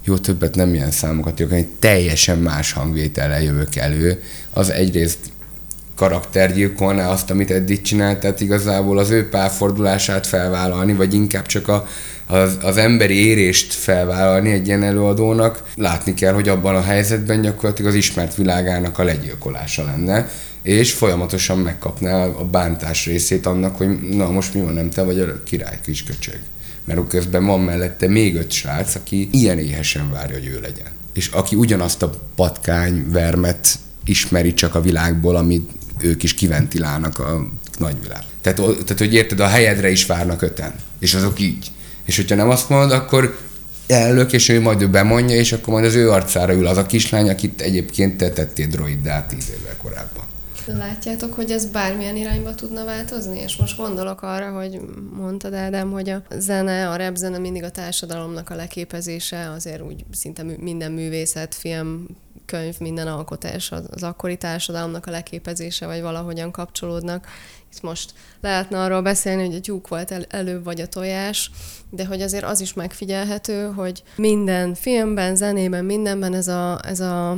jó, többet nem ilyen számokat írok, egy teljesen más hangvétellel jövök elő. Az egyrészt karaktergyilkolná azt, amit eddig csinált, tehát igazából az ő párfordulását felvállalni, vagy inkább csak a, az, az emberi érést felvállalni egy ilyen előadónak. Látni kell, hogy abban a helyzetben gyakorlatilag az ismert világának a legyilkolása lenne, és folyamatosan megkapná a bántás részét annak, hogy na most mi van, nem te vagy a király kisköcsög. Mert közben van mellette még öt srác, aki ilyen éhesen várja, hogy ő legyen. És aki ugyanazt a patkányvermet ismeri csak a világból, amit ők is kiventilálnak a nagyvilág. Tehát, tehát, hogy érted, a helyedre is várnak öten. És azok így. És hogyha nem azt mondod, akkor ellök, és ő majd ő bemondja, és akkor majd az ő arcára ül az a kislány, akit egyébként te tettél droiddá tíz évvel korábban. Látjátok, hogy ez bármilyen irányba tudna változni? És most gondolok arra, hogy mondtad, Ádám, hogy a zene, a rap zene mindig a társadalomnak a leképezése, azért úgy szinte minden művészet, film, könyv, minden alkotás az akkori társadalomnak a leképezése, vagy valahogyan kapcsolódnak. Itt most lehetne arról beszélni, hogy a tyúk volt el, előbb, vagy a tojás, de hogy azért az is megfigyelhető, hogy minden filmben, zenében, mindenben ez a, ez a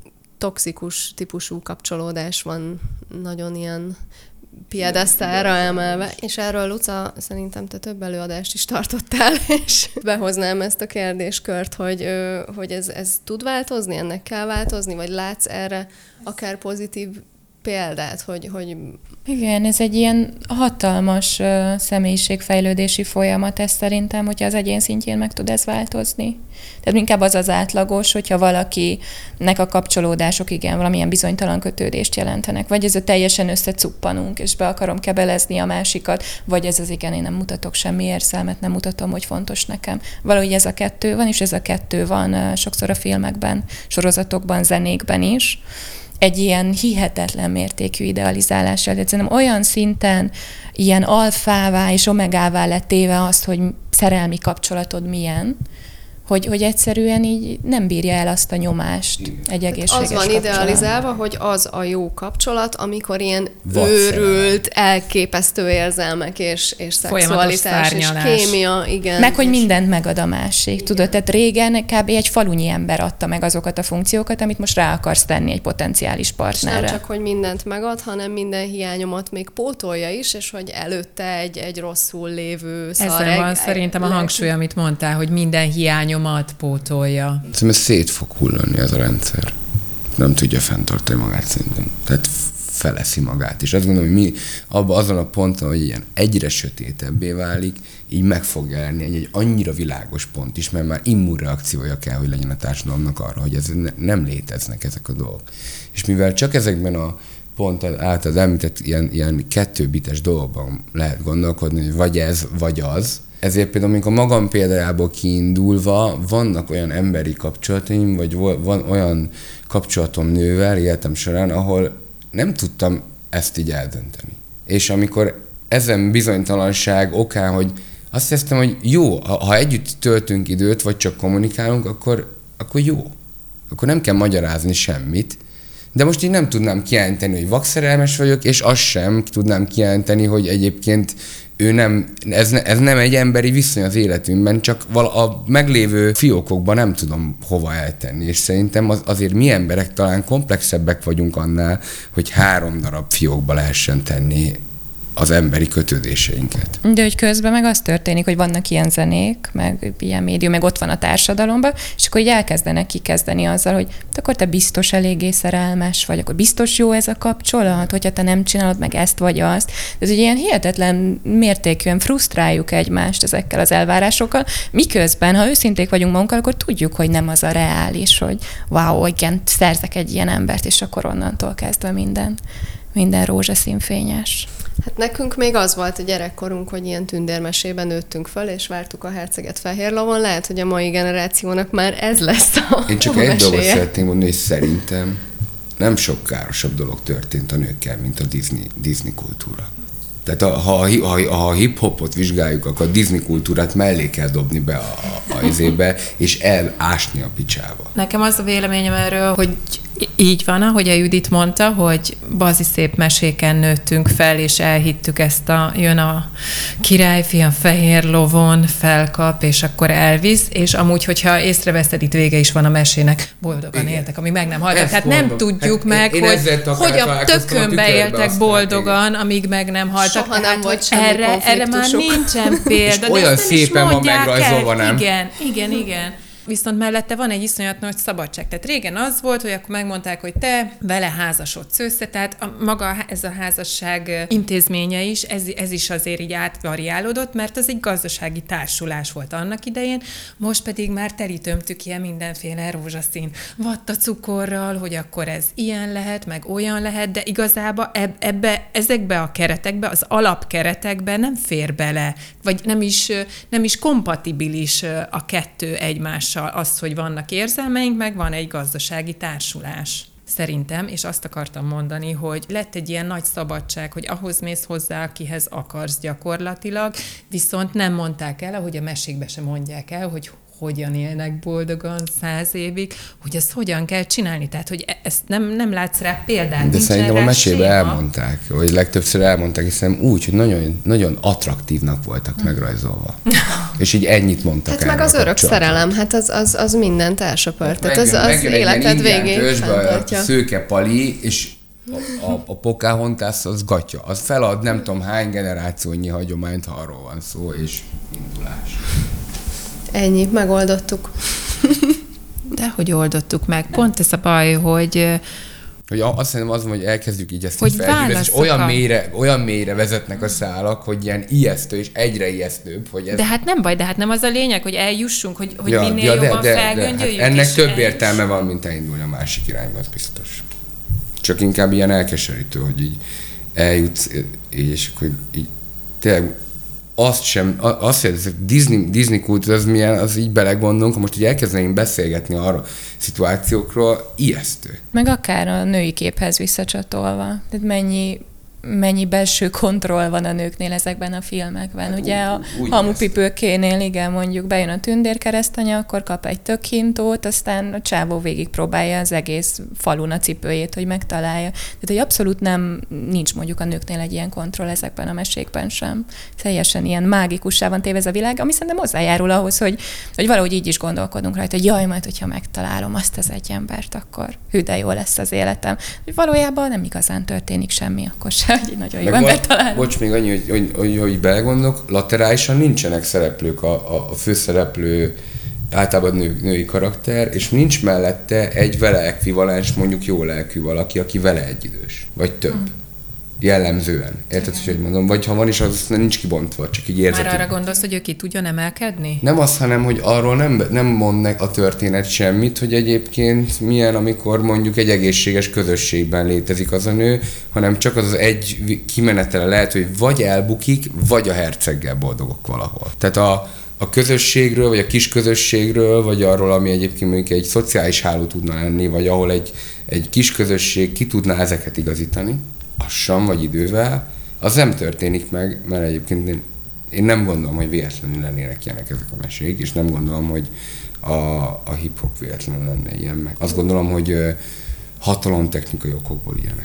toxikus típusú kapcsolódás van nagyon ilyen piedesztára emelve, és erről, Luca, szerintem te több előadást is tartottál, és behoznám ezt a kérdéskört, hogy, hogy ez, ez tud változni, ennek kell változni, vagy látsz erre akár pozitív példát, hogy, hogy... Igen, ez egy ilyen hatalmas uh, személyiségfejlődési folyamat, ez szerintem, hogyha az egyén szintjén meg tud ez változni. Tehát inkább az az átlagos, hogyha valakinek a kapcsolódások igen, valamilyen bizonytalan kötődést jelentenek, vagy ez a teljesen összecuppanunk, és be akarom kebelezni a másikat, vagy ez az igen, én nem mutatok semmi érzelmet, nem mutatom, hogy fontos nekem. Valahogy ez a kettő van, és ez a kettő van uh, sokszor a filmekben, sorozatokban, zenékben is. Egy ilyen hihetetlen mértékű idealizálással. Tehát szerintem olyan szinten ilyen alfává és omegává lett téve azt, hogy szerelmi kapcsolatod milyen, hogy, hogy egyszerűen így nem bírja el azt a nyomást egy egészséges az van idealizálva, hogy az a jó kapcsolat, amikor ilyen őrült, elképesztő érzelmek és, és szexualitás és kémia, igen. Meg, hogy mindent megad a másik. Igen. Tudod, tehát régen kb. Egy falunyi ember adta meg azokat a funkciókat, amit most rá akarsz tenni egy potenciális partnerre. És nem csak, hogy mindent megad, hanem minden hiányomat még pótolja is, és hogy előtte egy, egy rosszul lévő szareg. Ezzel van szerintem a hangsúly, amit mondtál, hogy minden hiányom pótolja. Szerintem ez szét fog hullani ez a rendszer. Nem tudja fenntartani magát szerintem. Tehát feleszi magát. És azt gondolom, hogy mi abban azon a ponton, hogy ilyen egyre sötétebbé válik, így meg fog jelenni egy, egy annyira világos pont is, mert már immunreakciója kell, hogy legyen a társadalomnak arra, hogy ez ne, nem léteznek ezek a dolgok. És mivel csak ezekben a pont által említett ilyen, ilyen kettőbites dolgokban lehet gondolkodni, hogy vagy ez, vagy az, ezért például, amikor magam példájából kiindulva vannak olyan emberi kapcsolataim, vagy van olyan kapcsolatom nővel életem során, ahol nem tudtam ezt így eldönteni. És amikor ezen bizonytalanság okán, hogy azt hiszem, hogy jó, ha, ha együtt töltünk időt, vagy csak kommunikálunk, akkor, akkor jó. Akkor nem kell magyarázni semmit. De most így nem tudnám kijelenteni, hogy vakszerelmes vagyok, és azt sem tudnám kijelenteni, hogy egyébként ő nem, ez, ne, ez nem egy emberi viszony az életünkben, csak vala, a meglévő fiókokban nem tudom hova eltenni, és szerintem az, azért mi emberek talán komplexebbek vagyunk annál, hogy három darab fiókba lehessen tenni az emberi kötődéseinket. De hogy közben meg az történik, hogy vannak ilyen zenék, meg ilyen médium, meg ott van a társadalomban, és akkor így elkezdenek kikezdeni azzal, hogy akkor te biztos eléggé szerelmes vagy, akkor biztos jó ez a kapcsolat, hogyha te nem csinálod meg ezt vagy azt. Ez egy ilyen hihetetlen mértékűen frusztráljuk egymást ezekkel az elvárásokkal, miközben, ha őszinték vagyunk magunkkal, akkor tudjuk, hogy nem az a reális, hogy wow, igen, szerzek egy ilyen embert, és akkor onnantól kezdve minden, minden rózsaszínfényes. Hát nekünk még az volt a gyerekkorunk, hogy ilyen tündérmesében nőttünk föl, és vártuk a herceget fehér lovon. Lehet, hogy a mai generációnak már ez lesz a Én csak a egy meséje. dolgot szeretném mondani, és szerintem nem sok károsabb dolog történt a nőkkel, mint a Disney, Disney kultúra. Tehát ha, ha, ha, ha a hip-hopot vizsgáljuk, akkor a Disney kultúrát mellé kell dobni be a, a a izébe, és elásni a picsába. Nekem az a véleményem erről, hogy így van, ahogy a Judit mondta, hogy bazi szép meséken nőttünk fel, és elhittük ezt a, jön a királyfi a fehér lovon, felkap, és akkor elvisz, és amúgy, hogyha észreveszed, itt vége is van a mesének, boldogan Igen. éltek, amíg meg nem haltak. Ezt Tehát mondom. nem tudjuk Hát meg, én- én hogy, ezzel hogy a találkoztam a tökönbe tükörbe, éltek aztán boldogan, amíg meg nem haltak. Soha nem Tehát, volt hogy semmi erre, erre már konfliktusuk. nincsen példa. És de olyan ezt nem is szépen van mondják megrajzolva, el. nem? Igen, igen, igen. Viszont mellette van egy iszonyat nagy szabadság. Tehát régen az volt, hogy akkor megmondták, hogy te vele házasodsz össze, tehát a, maga ez a házasság intézménye is, ez, ez is azért így átvariálódott, mert az egy gazdasági társulás volt annak idején, most pedig már telítömtük ilyen mindenféle rózsaszín vatta cukorral, hogy akkor ez ilyen lehet, meg olyan lehet, de igazából eb, ebbe, ezekbe a keretekbe, az alapkeretekbe nem fér bele, vagy nem is, nem is kompatibilis a kettő egymással. Az, hogy vannak érzelmeink, meg van egy gazdasági társulás. Szerintem, és azt akartam mondani, hogy lett egy ilyen nagy szabadság, hogy ahhoz mész hozzá, akihez akarsz gyakorlatilag, viszont nem mondták el, ahogy a mesékbe sem mondják el, hogy hogyan élnek boldogan száz évig, hogy ezt hogyan kell csinálni. Tehát, hogy ezt nem, nem látsz rá példát. De szerintem a mesébe séma. elmondták, vagy legtöbbször elmondták, hiszen úgy, hogy nagyon, nagyon attraktívnak voltak megrajzolva. És így ennyit mondtak Hát erre meg az a örök kapcsolatról. szerelem, hát az, az, az mindent elsöpört. Tehát az, Megjön- az megjön egy ilyen életed indián végéig törzsbe a fenntartja. szőke pali, és a, a, a Pocahontas az gatya. Az felad nem tudom hány generációnyi hagyományt, ha arról van szó, és indulás. Ennyi, megoldottuk. De hogy oldottuk meg? Pont ez a baj, hogy Hogy a- azt hiszem az, hogy elkezdjük így ezt Hogy így felhívni, és válaszok olyan a- mélyre, olyan mélyre vezetnek a szálak, hogy ilyen ijesztő, és egyre ijesztőbb, hogy ez... de hát nem baj, de hát nem az a lényeg, hogy eljussunk, hogy, hogy ja, minél de, jobban de, de, felgöngyöljük. hát ennek és több eljussunk. értelme van, mint elindulni a másik irányba, az biztos. Csak inkább ilyen elkeserítő, hogy így eljutsz, így, és akkor így tényleg azt sem, azt, hogy ez a Disney, Disney kultúra, az milyen, az így belegondolunk, ha most így elkezdenénk beszélgetni arra szituációkról, ijesztő. Meg akár a női képhez visszacsatolva. Tehát mennyi, mennyi belső kontroll van a nőknél ezekben a filmekben. Hát Ugye a úgy- úgy Hamupipőkénél, igen, mondjuk bejön a tündérkeresztanya, akkor kap egy tök hintót, aztán a csávó végig próbálja az egész falun a cipőjét, hogy megtalálja. Tehát, hogy abszolút nem, nincs mondjuk a nőknél egy ilyen kontroll ezekben a mesékben sem. Teljesen ilyen mágikussá van téve ez a világ, ami szerintem hozzájárul ahhoz, hogy, hogy valahogy így is gondolkodunk rajta, hogy jaj, majd, hogyha megtalálom azt az egy embert, akkor hű, de jó lesz az életem. Hogy valójában nem igazán történik semmi, akkor se, hogy egy nagyon jó Meg embert van- találunk. Bocs, még annyi, hogy, hogy, hogy, hogy belegondolok, laterálisan nincsenek szereplők, a, a, a főszereplő általában nő, női karakter, és nincs mellette egy vele ekvivalens, mondjuk jó lelkű valaki, aki vele egyidős, vagy több. Hmm. Jellemzően. Érted, hogy hogy mondom? Vagy ha van is, az nincs kibontva, csak így érzed. Már arra hogy- gondolsz, hogy ő ki tudjon emelkedni? Nem az, hanem, hogy arról nem, nem mond nek a történet semmit, hogy egyébként milyen, amikor mondjuk egy egészséges közösségben létezik az a nő, hanem csak az az egy vi- kimenetele lehet, hogy vagy elbukik, vagy a herceggel boldogok valahol. Tehát a, a közösségről, vagy a kis közösségről, vagy arról, ami egyébként mondjuk egy szociális háló tudna lenni, vagy ahol egy, egy kis közösség ki tudná ezeket igazítani, lassan vagy idővel, az nem történik meg, mert egyébként én, én nem gondolom, hogy véletlenül lennének ilyenek ezek a mesék, és nem gondolom, hogy a, a hip-hop véletlenül lenne ilyen meg. Azt gondolom, hogy ö, hatalomtechnikai okokból ilyenek.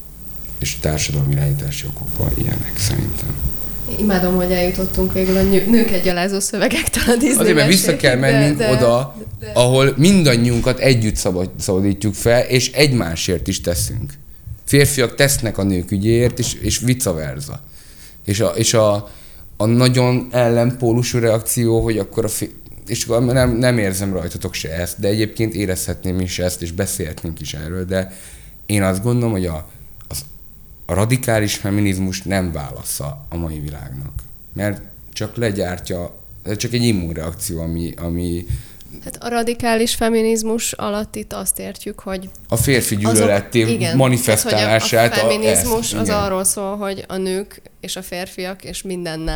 És társadalmi irányítási okokból ilyenek, szerintem. Imádom, hogy eljutottunk végül a nő- nőket gyalázó szövegektől a Disney Azért, mert vissza kell mesékig, de- mennünk de- oda, ahol mindannyiunkat együtt szabad, szabadítjuk fel, és egymásért is teszünk. Férfiak tesznek a nők ügyéért, és, és vice versa. És a, és a, a nagyon ellenpólusú reakció, hogy akkor a fi- és akkor nem, nem érzem rajtatok se ezt, de egyébként érezhetném is ezt, és beszélhetnénk is erről, de én azt gondolom, hogy a, az, a radikális feminizmus nem válasza a mai világnak. Mert csak legyártja, ez csak egy immunreakció, ami, ami Hát a radikális feminizmus alatt itt azt értjük, hogy a férfi azok- gyűlöletté igen, manifestálását. tehát, hogy a feminizmus ezt, az igen. arról szól, hogy a nők és a férfiak és minden nem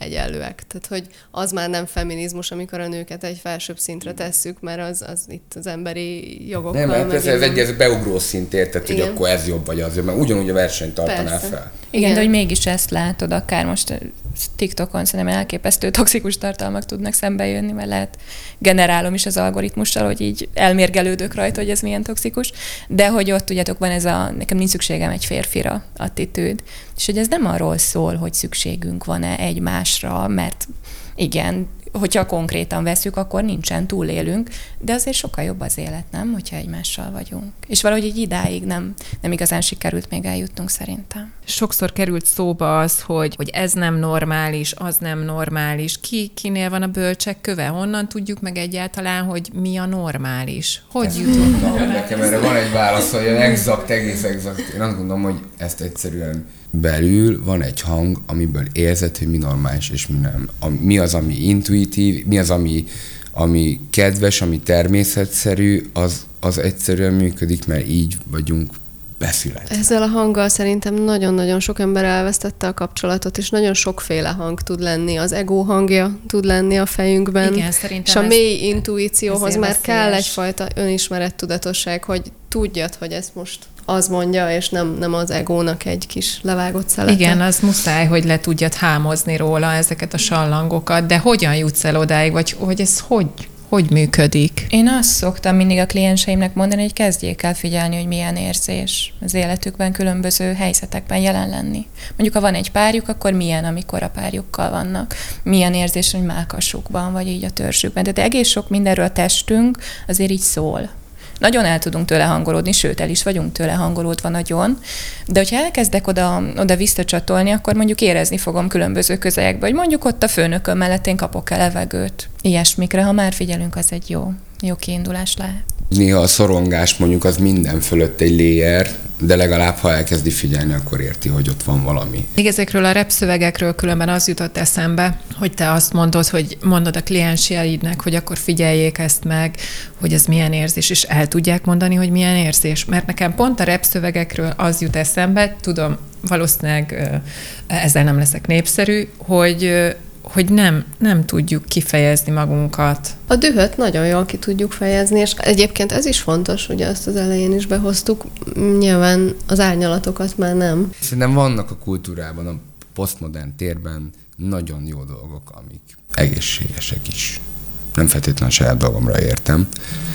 egyenlőek. Tehát, hogy az már nem feminizmus, amikor a nőket egy felsőbb szintre tesszük, mert az, az itt az emberi jogokkal... Nem, mert persze ez egy ez beugró szint, érted, hogy akkor ez jobb vagy az, mert ugyanúgy a versenyt tartaná persze. fel. Igen, Igen, de hogy mégis ezt látod, akár most TikTokon szerintem elképesztő toxikus tartalmak tudnak szembe jönni, mert lehet generálom is az algoritmussal, hogy így elmérgelődök rajta, hogy ez milyen toxikus, de hogy ott tudjátok, van ez a nekem nincs szükségem egy férfira attitűd, és hogy ez nem arról szól, hogy szükségünk van-e egymásra, mert igen, hogyha konkrétan veszük, akkor nincsen, túlélünk, de azért sokkal jobb az élet, nem? Hogyha egymással vagyunk. És valahogy így idáig nem, nem igazán sikerült még eljutnunk szerintem. Sokszor került szóba az, hogy, hogy ez nem normális, az nem normális. Ki, kinél van a bölcsek köve? Honnan tudjuk meg egyáltalán, hogy mi a normális? Hogy jutunk? Nekem erre van egy válasz, hogy exakt, egész exakt. Én azt gondolom, hogy ezt egyszerűen belül van egy hang, amiből érzed, hogy mi normális és mi nem. A, mi az, ami intuitív, mi az, ami, ami kedves, ami természetszerű, az, az egyszerűen működik, mert így vagyunk beszületve. Ezzel a hanggal szerintem nagyon-nagyon sok ember elvesztette a kapcsolatot, és nagyon sokféle hang tud lenni. Az ego hangja tud lenni a fejünkben. Igen, szerintem és a ez, mély intuícióhoz már veszélyes. kell egyfajta önismerettudatosság, hogy tudjad, hogy ezt most az mondja, és nem, nem az egónak egy kis levágott szelete. Igen, az muszáj, hogy le tudjad hámozni róla ezeket a sallangokat, de hogyan jutsz el odáig, vagy hogy ez hogy, hogy működik? Én azt szoktam mindig a klienseimnek mondani, hogy kezdjék el figyelni, hogy milyen érzés az életükben, különböző helyzetekben jelen lenni. Mondjuk, ha van egy párjuk, akkor milyen, amikor a párjukkal vannak. Milyen érzés, hogy mellkasukban, vagy így a törzsükben. De egész sok mindenről a testünk azért így szól. Nagyon el tudunk tőle hangolódni, sőt, el is vagyunk tőle hangolódva nagyon, de hogyha elkezdek oda, oda visszacsatolni, akkor mondjuk érezni fogom különböző közegekben, hogy mondjuk ott a főnököm mellett én kapok el levegőt. Ilyesmikre, ha már figyelünk, az egy jó, jó kiindulás lehet. Néha a szorongás mondjuk az minden fölött egy layer, de legalább ha elkezdi figyelni, akkor érti, hogy ott van valami. Még ezekről a repszövegekről különben az jutott eszembe, hogy te azt mondod, hogy mondod a kliensjeidnek, hogy akkor figyeljék ezt meg, hogy ez milyen érzés, és el tudják mondani, hogy milyen érzés. Mert nekem pont a repszövegekről az jut eszembe, tudom, valószínűleg ezzel nem leszek népszerű, hogy hogy nem, nem tudjuk kifejezni magunkat. A dühöt nagyon jól ki tudjuk fejezni, és egyébként ez is fontos, ugye azt az elején is behoztuk, nyilván az árnyalatokat már nem. Szerintem vannak a kultúrában, a posztmodern térben nagyon jó dolgok, amik egészségesek is. Nem feltétlenül saját dolgomra értem,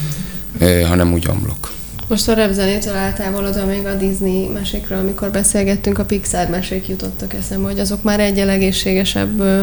hanem úgy omlok. Most a repzenétől eltávolodva még a Disney mesékről, amikor beszélgettünk, a Pixar mesék jutottak eszembe, hogy azok már egy egészségesebb ö,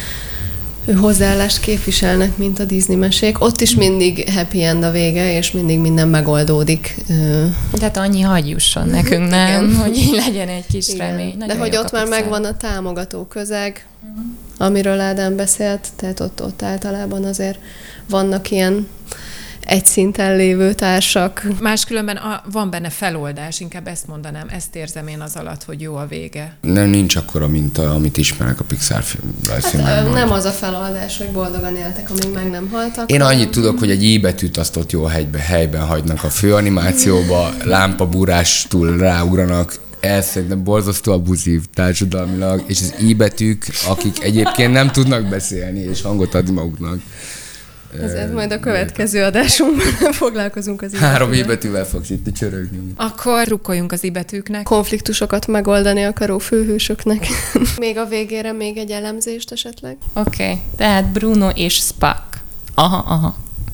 ö, hozzáállást képviselnek, mint a Disney mesék. Ott is mindig happy end a vége, és mindig minden megoldódik. Ö. Tehát annyi hagy jusson nekünk, nem? Igen. Hogy így legyen egy kis Igen. remény. De Nagyon hogy jók ott a már Pixar. megvan a támogató közeg, amiről Ádám beszélt, tehát ott, ott általában azért vannak ilyen egy szinten lévő társak. Máskülönben a, van benne feloldás, inkább ezt mondanám, ezt érzem én az alatt, hogy jó a vége. Nem, nincs akkora minta, amit ismernek a Pixar film, rajzfilmben. Hát, nem az a feloldás, hogy boldogan éltek, amíg meg nem haltak. Én annyit tudok, hogy egy I betűt azt ott jó helybe, helyben hagynak a főanimációba, lámpabúrástól ráugranak, ez szerintem borzasztó abuzív társadalmilag, és az I betűk, akik egyébként nem tudnak beszélni és hangot adni maguknak. Ezért majd a következő adásunkban foglalkozunk az Három I-betűvel. I-betűvel fogsz itt csörögni. Akkor rukkoljunk az ibetűknek. Konfliktusokat megoldani akaró főhősöknek. Még a végére még egy elemzést esetleg. Oké, okay. Tehát Bruno és Spock. Aha, aha.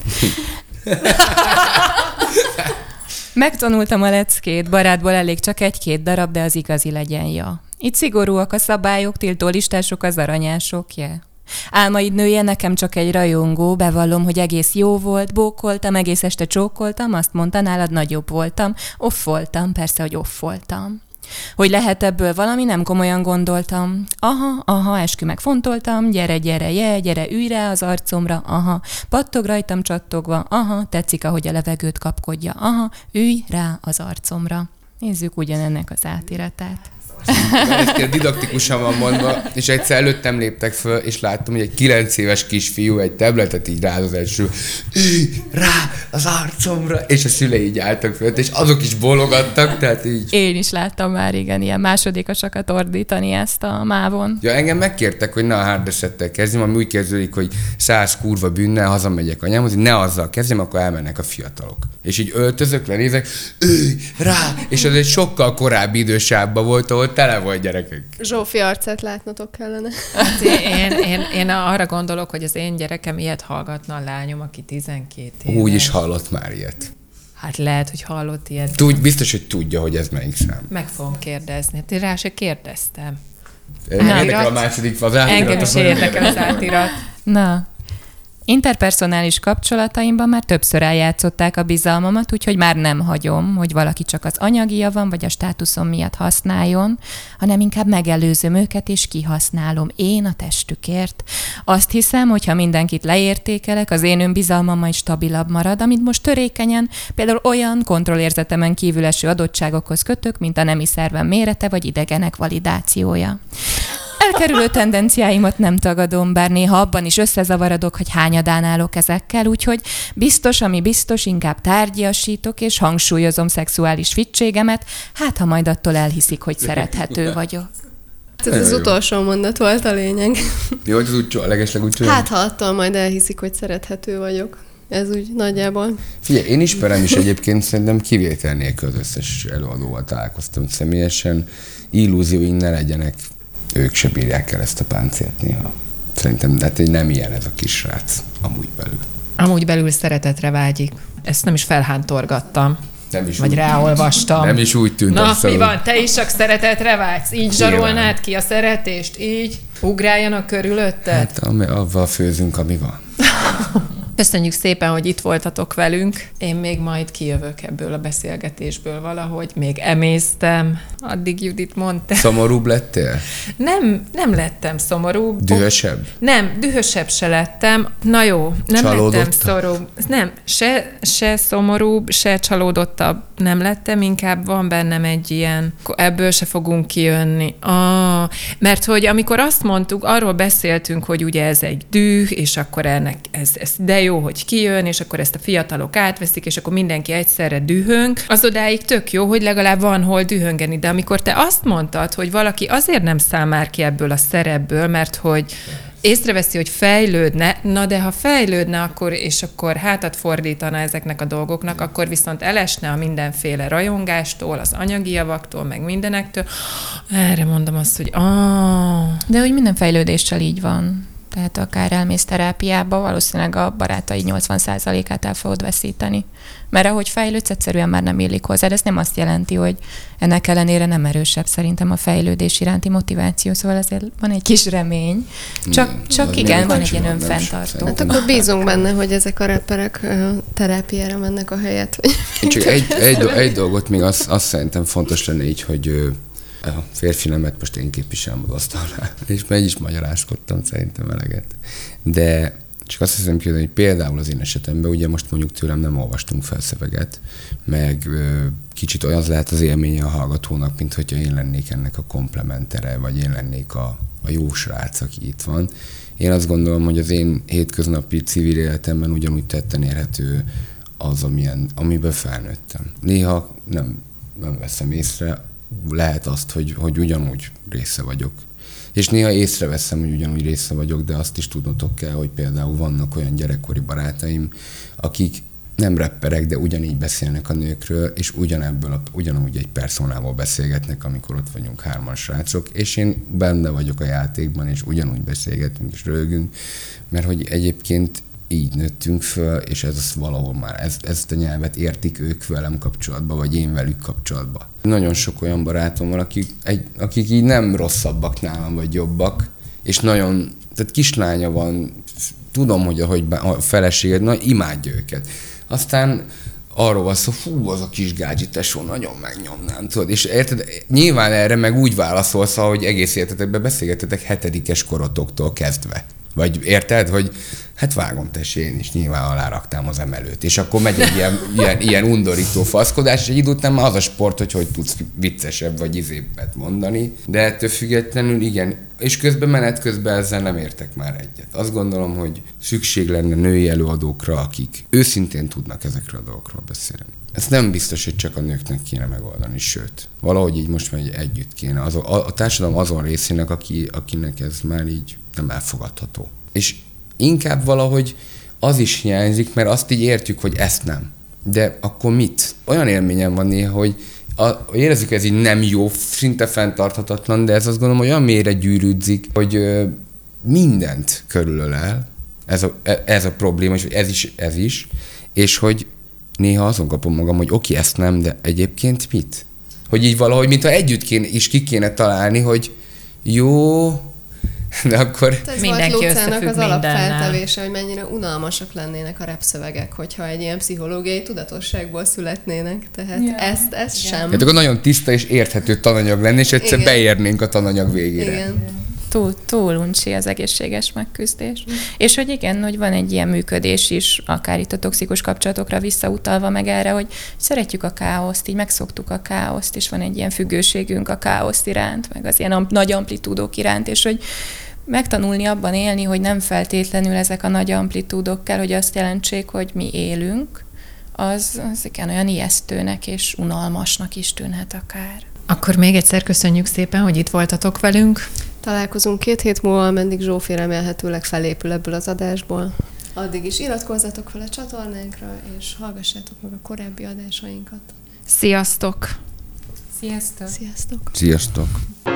Megtanultam a leckét, barátból elég csak egy-két darab, de az igazi legyen, ja. Itt szigorúak a szabályok, tiltó listások az aranyások, yeah. Álmaid nője, nekem csak egy rajongó, bevallom, hogy egész jó volt, bókoltam, egész este csókoltam, azt mondta, nálad nagyobb voltam, off voltam, persze, hogy off voltam. Hogy lehet ebből valami, nem komolyan gondoltam. Aha, aha, eskü megfontoltam, gyere, gyere, je, gyere, ülj rá az arcomra, aha, pattog rajtam csattogva, aha, tetszik, ahogy a levegőt kapkodja, aha, ülj rá az arcomra. Nézzük ugyanennek az átiratát. Ez didaktikusan van mondva, és egyszer előttem léptek föl, és láttam, hogy egy kilenc éves kisfiú egy tabletet így ráz az első, rá az arcomra, és a szülei így álltak föl, és azok is bólogattak, tehát így. Én is láttam már igen ilyen másodikasokat ordítani ezt a mávon. Ja, engem megkértek, hogy ne a hard resettel kezdjem, ami úgy kezdődik, hogy száz kurva bűnnel hazamegyek anyámhoz, hogy ne azzal kezdjem, akkor elmennek a fiatalok. És így öltözök, lenézek, őj, rá, és az egy sokkal korábbi idősávban volt, ahol tele volt gyerekek. Zsófi arcát látnotok kellene. Hát én, én, én arra gondolok, hogy az én gyerekem ilyet hallgatna, a lányom, aki tizenkét éves. Úgy is hallott már ilyet. Hát lehet, hogy hallott ilyet. Tud, biztos, hogy tudja, hogy ez melyik szám. Meg fogom kérdezni. Hát én rá se kérdeztem. Érdekel a második az átirat. Engem is érdekel az átirat. Na, interpersonális kapcsolataimban már többször eljátszották a bizalmamat, úgyhogy már nem hagyom, hogy valaki csak az anyagi javam vagy a státuszom miatt használjon, hanem inkább megelőzöm őket és kihasználom én a testükért. Azt hiszem, hogy ha mindenkit leértékelek, az én önbizalmam majd stabilabb marad, amit most törékenyen, például olyan kontrollérzetemen kívül eső adottságokhoz kötök, mint a nemi szervem mérete vagy idegenek validációja. Elkerülő tendenciáimat nem tagadom, bár néha abban is összezavarodok, hogy hányadán állok ezekkel, úgyhogy biztos, ami biztos, inkább tárgyasítok és hangsúlyozom szexuális fittségemet, hát ha majd attól elhiszik, hogy szerethető vagyok. Ez az utolsó mondat volt a lényeg. Jó, hogy az úgy, a legesleg úgy csinálom. Hát ha attól majd elhiszik, hogy szerethető vagyok. Ez úgy nagyjából. Figyelj, én ismerem is egyébként, szerintem kivétel nélkül az összes előadóval találkoztam személyesen. Illúzióink ne legyenek, ők se bírják el ezt a páncélt néha. Szerintem, de hát nem ilyen ez a kis srác, amúgy belül. Amúgy belül szeretetre vágyik. Ezt nem is felhántorgattam. Nem is vagy úgy, ráolvastam. Nem is úgy tűnt. Na, abszolút. Mi van? Te is csak szeretetre vágysz? Így zsarolnád ki a szeretést? Így? Ugráljanak körülötted? Hát avval főzünk, ami van. Köszönjük szépen, hogy itt voltatok velünk. Én még majd kijövök ebből a beszélgetésből valahogy. Még emésztem. Addig Judit mondta. Szomorúbb lettél? Nem, nem lettem szomorúbb. Dühösebb? Nem, dühösebb se lettem. Na jó, nem lettem szorúbb. Nem, se, se szomorúbb, se csalódottabb nem lettem, inkább van bennem egy ilyen, ebből se fogunk kijönni. Ah, mert hogy amikor azt mondtuk, arról beszéltünk, hogy ugye ez egy düh, és akkor ennek ez, ez de jó, hogy kijön, és akkor ezt a fiatalok átveszik, és akkor mindenki egyszerre dühöng. Az odáig tök jó, hogy legalább van hol dühöngeni, de amikor te azt mondtad, hogy valaki azért nem száll már ki ebből a szerepből, mert hogy észreveszi, hogy fejlődne, na de ha fejlődne, akkor, és akkor hátat fordítana ezeknek a dolgoknak, akkor viszont elesne a mindenféle rajongástól, az anyagi javaktól, meg mindenektől. Erre mondom azt, hogy ah. De hogy minden fejlődéssel így van. Tehát akár elmész terápiába, valószínűleg a barátai nyolcvan százalékát el fogod veszíteni. Mert ahogy fejlődsz, egyszerűen már nem illik hozzád. Ez nem azt jelenti, hogy ennek ellenére nem erősebb szerintem a fejlődés iránti motiváció, szóval azért van egy kis remény. Csak, csak igen, van egy ilyen önfenntartó. Hát akkor bízunk benne, hogy ezek a rapperek terápiára mennek a helyet. Én csak egy, egy, egy dolgot még azt, azt szerintem fontos lenne így, hogy a férfi nemet most én képviselem az asztalnál, és meg is magyarázkodtam szerintem eleget. De csak azt hiszem ki, hogy például az én esetemben, ugye most mondjuk tőlem nem olvastunk fel szöveget, meg ö, kicsit olyan lehet az élménye a hallgatónak, mint hogyha én lennék ennek a komplementere, vagy én lennék a, a jó srác, aki itt van. Én azt gondolom, hogy az én hétköznapi civil életemben ugyanúgy tetten érhető az, amilyen, amiben felnőttem. Néha nem, nem veszem észre, lehet azt, hogy, hogy ugyanúgy része vagyok. És néha észreveszem, hogy ugyanúgy része vagyok, de azt is tudnotok kell, hogy például vannak olyan gyerekkori barátaim, akik nem rapperek, de ugyanígy beszélnek a nőkről, és ugyanebből a, ugyanúgy egy personával beszélgetnek, amikor ott vagyunk hárman srácok, és én benne vagyok a játékban, és ugyanúgy beszélgetünk és röhögünk, mert hogy egyébként így nőttünk föl, és ez valahol már, ez, ezt a nyelvet értik ők velem kapcsolatban, vagy én velük kapcsolatban. Nagyon sok olyan barátom van, akik, egy, akik így nem rosszabbak nálam, vagy jobbak, és nagyon, tehát kislánya van, tudom, hogy ahogy a feleséged, na, imádja őket. Aztán arról van szó, hú, az a kis gágyi tesó, nagyon megnyomnám, tudod, és érted, nyilván erre meg úgy válaszolsz, hogy egész életetekben beszélgetetek hetedikes korotoktól kezdve. Vagy érted, hogy Hát vágom, tessék, én is nyilván aláraktám az emelőt. És akkor megy egy ilyen, ilyen, ilyen undorító faszkodás, és egy idő után már az a sport, hogy hogy tudsz viccesebb vagy izébbet mondani. De ettől függetlenül igen, és közben menet közben ezzel nem értek már egyet. Azt gondolom, hogy szükség lenne női előadókra, akik őszintén tudnak ezekről a dolgokról beszélni. Ez nem biztos, hogy csak a nőknek kéne megoldani, sőt, valahogy így most már együtt kéne. Az a, a társadalom azon részének, aki, akinek ez már így nem elfogadható. És inkább valahogy az is hiányzik, mert azt így értjük, hogy ezt nem. De akkor mit? Olyan élményem van néha, hogy a, érezzük, ez így nem jó, szinte fenntarthatatlan, de ez azt gondolom, hogy olyan mélyre gyűrűdzik, hogy ö, mindent körülölel, ez a, ez a probléma, és ez is, ez is, és hogy néha azon kapom magam, hogy oké, ezt nem, de egyébként mit? Hogy így valahogy, mintha együtt kéne, is ki kéne találni, hogy jó, de akkor... Ez mindenki volt Lucának az mindennel. alapfeltevése, hogy mennyire unalmasak lennének a repszövegek, hogyha egy ilyen pszichológiai tudatosságból születnének. Tehát Ja. ezt, ezt sem. Hát akkor nagyon tiszta és érthető tananyag lenne, és egyszer Igen. beérnénk a tananyag végére. Igen. Túl, túl uncsi az egészséges megküzdés. És hogy igen, hogy van egy ilyen működés is, akár itt a toxikus kapcsolatokra visszautalva meg erre, hogy szeretjük a káoszt, így megszoktuk a káoszt, és van egy ilyen függőségünk a káosz iránt, meg az ilyen am- nagy amplitúdók iránt, és hogy megtanulni abban élni, hogy nem feltétlenül ezek a nagy amplitúdok kell, hogy azt jelentsék, hogy mi élünk, az, az igen olyan ijesztőnek és unalmasnak is tűnhet akár. Akkor még egyszer köszönjük szépen, hogy itt voltatok velünk. Találkozunk két hét múlva, ameddig Zsófi remélhetőleg felépül ebből az adásból. Addig is iratkozzatok fel a csatornánkra, és hallgassátok meg a korábbi adásainkat. Sziasztok! Sziasztok! Sziasztok! Sziasztok!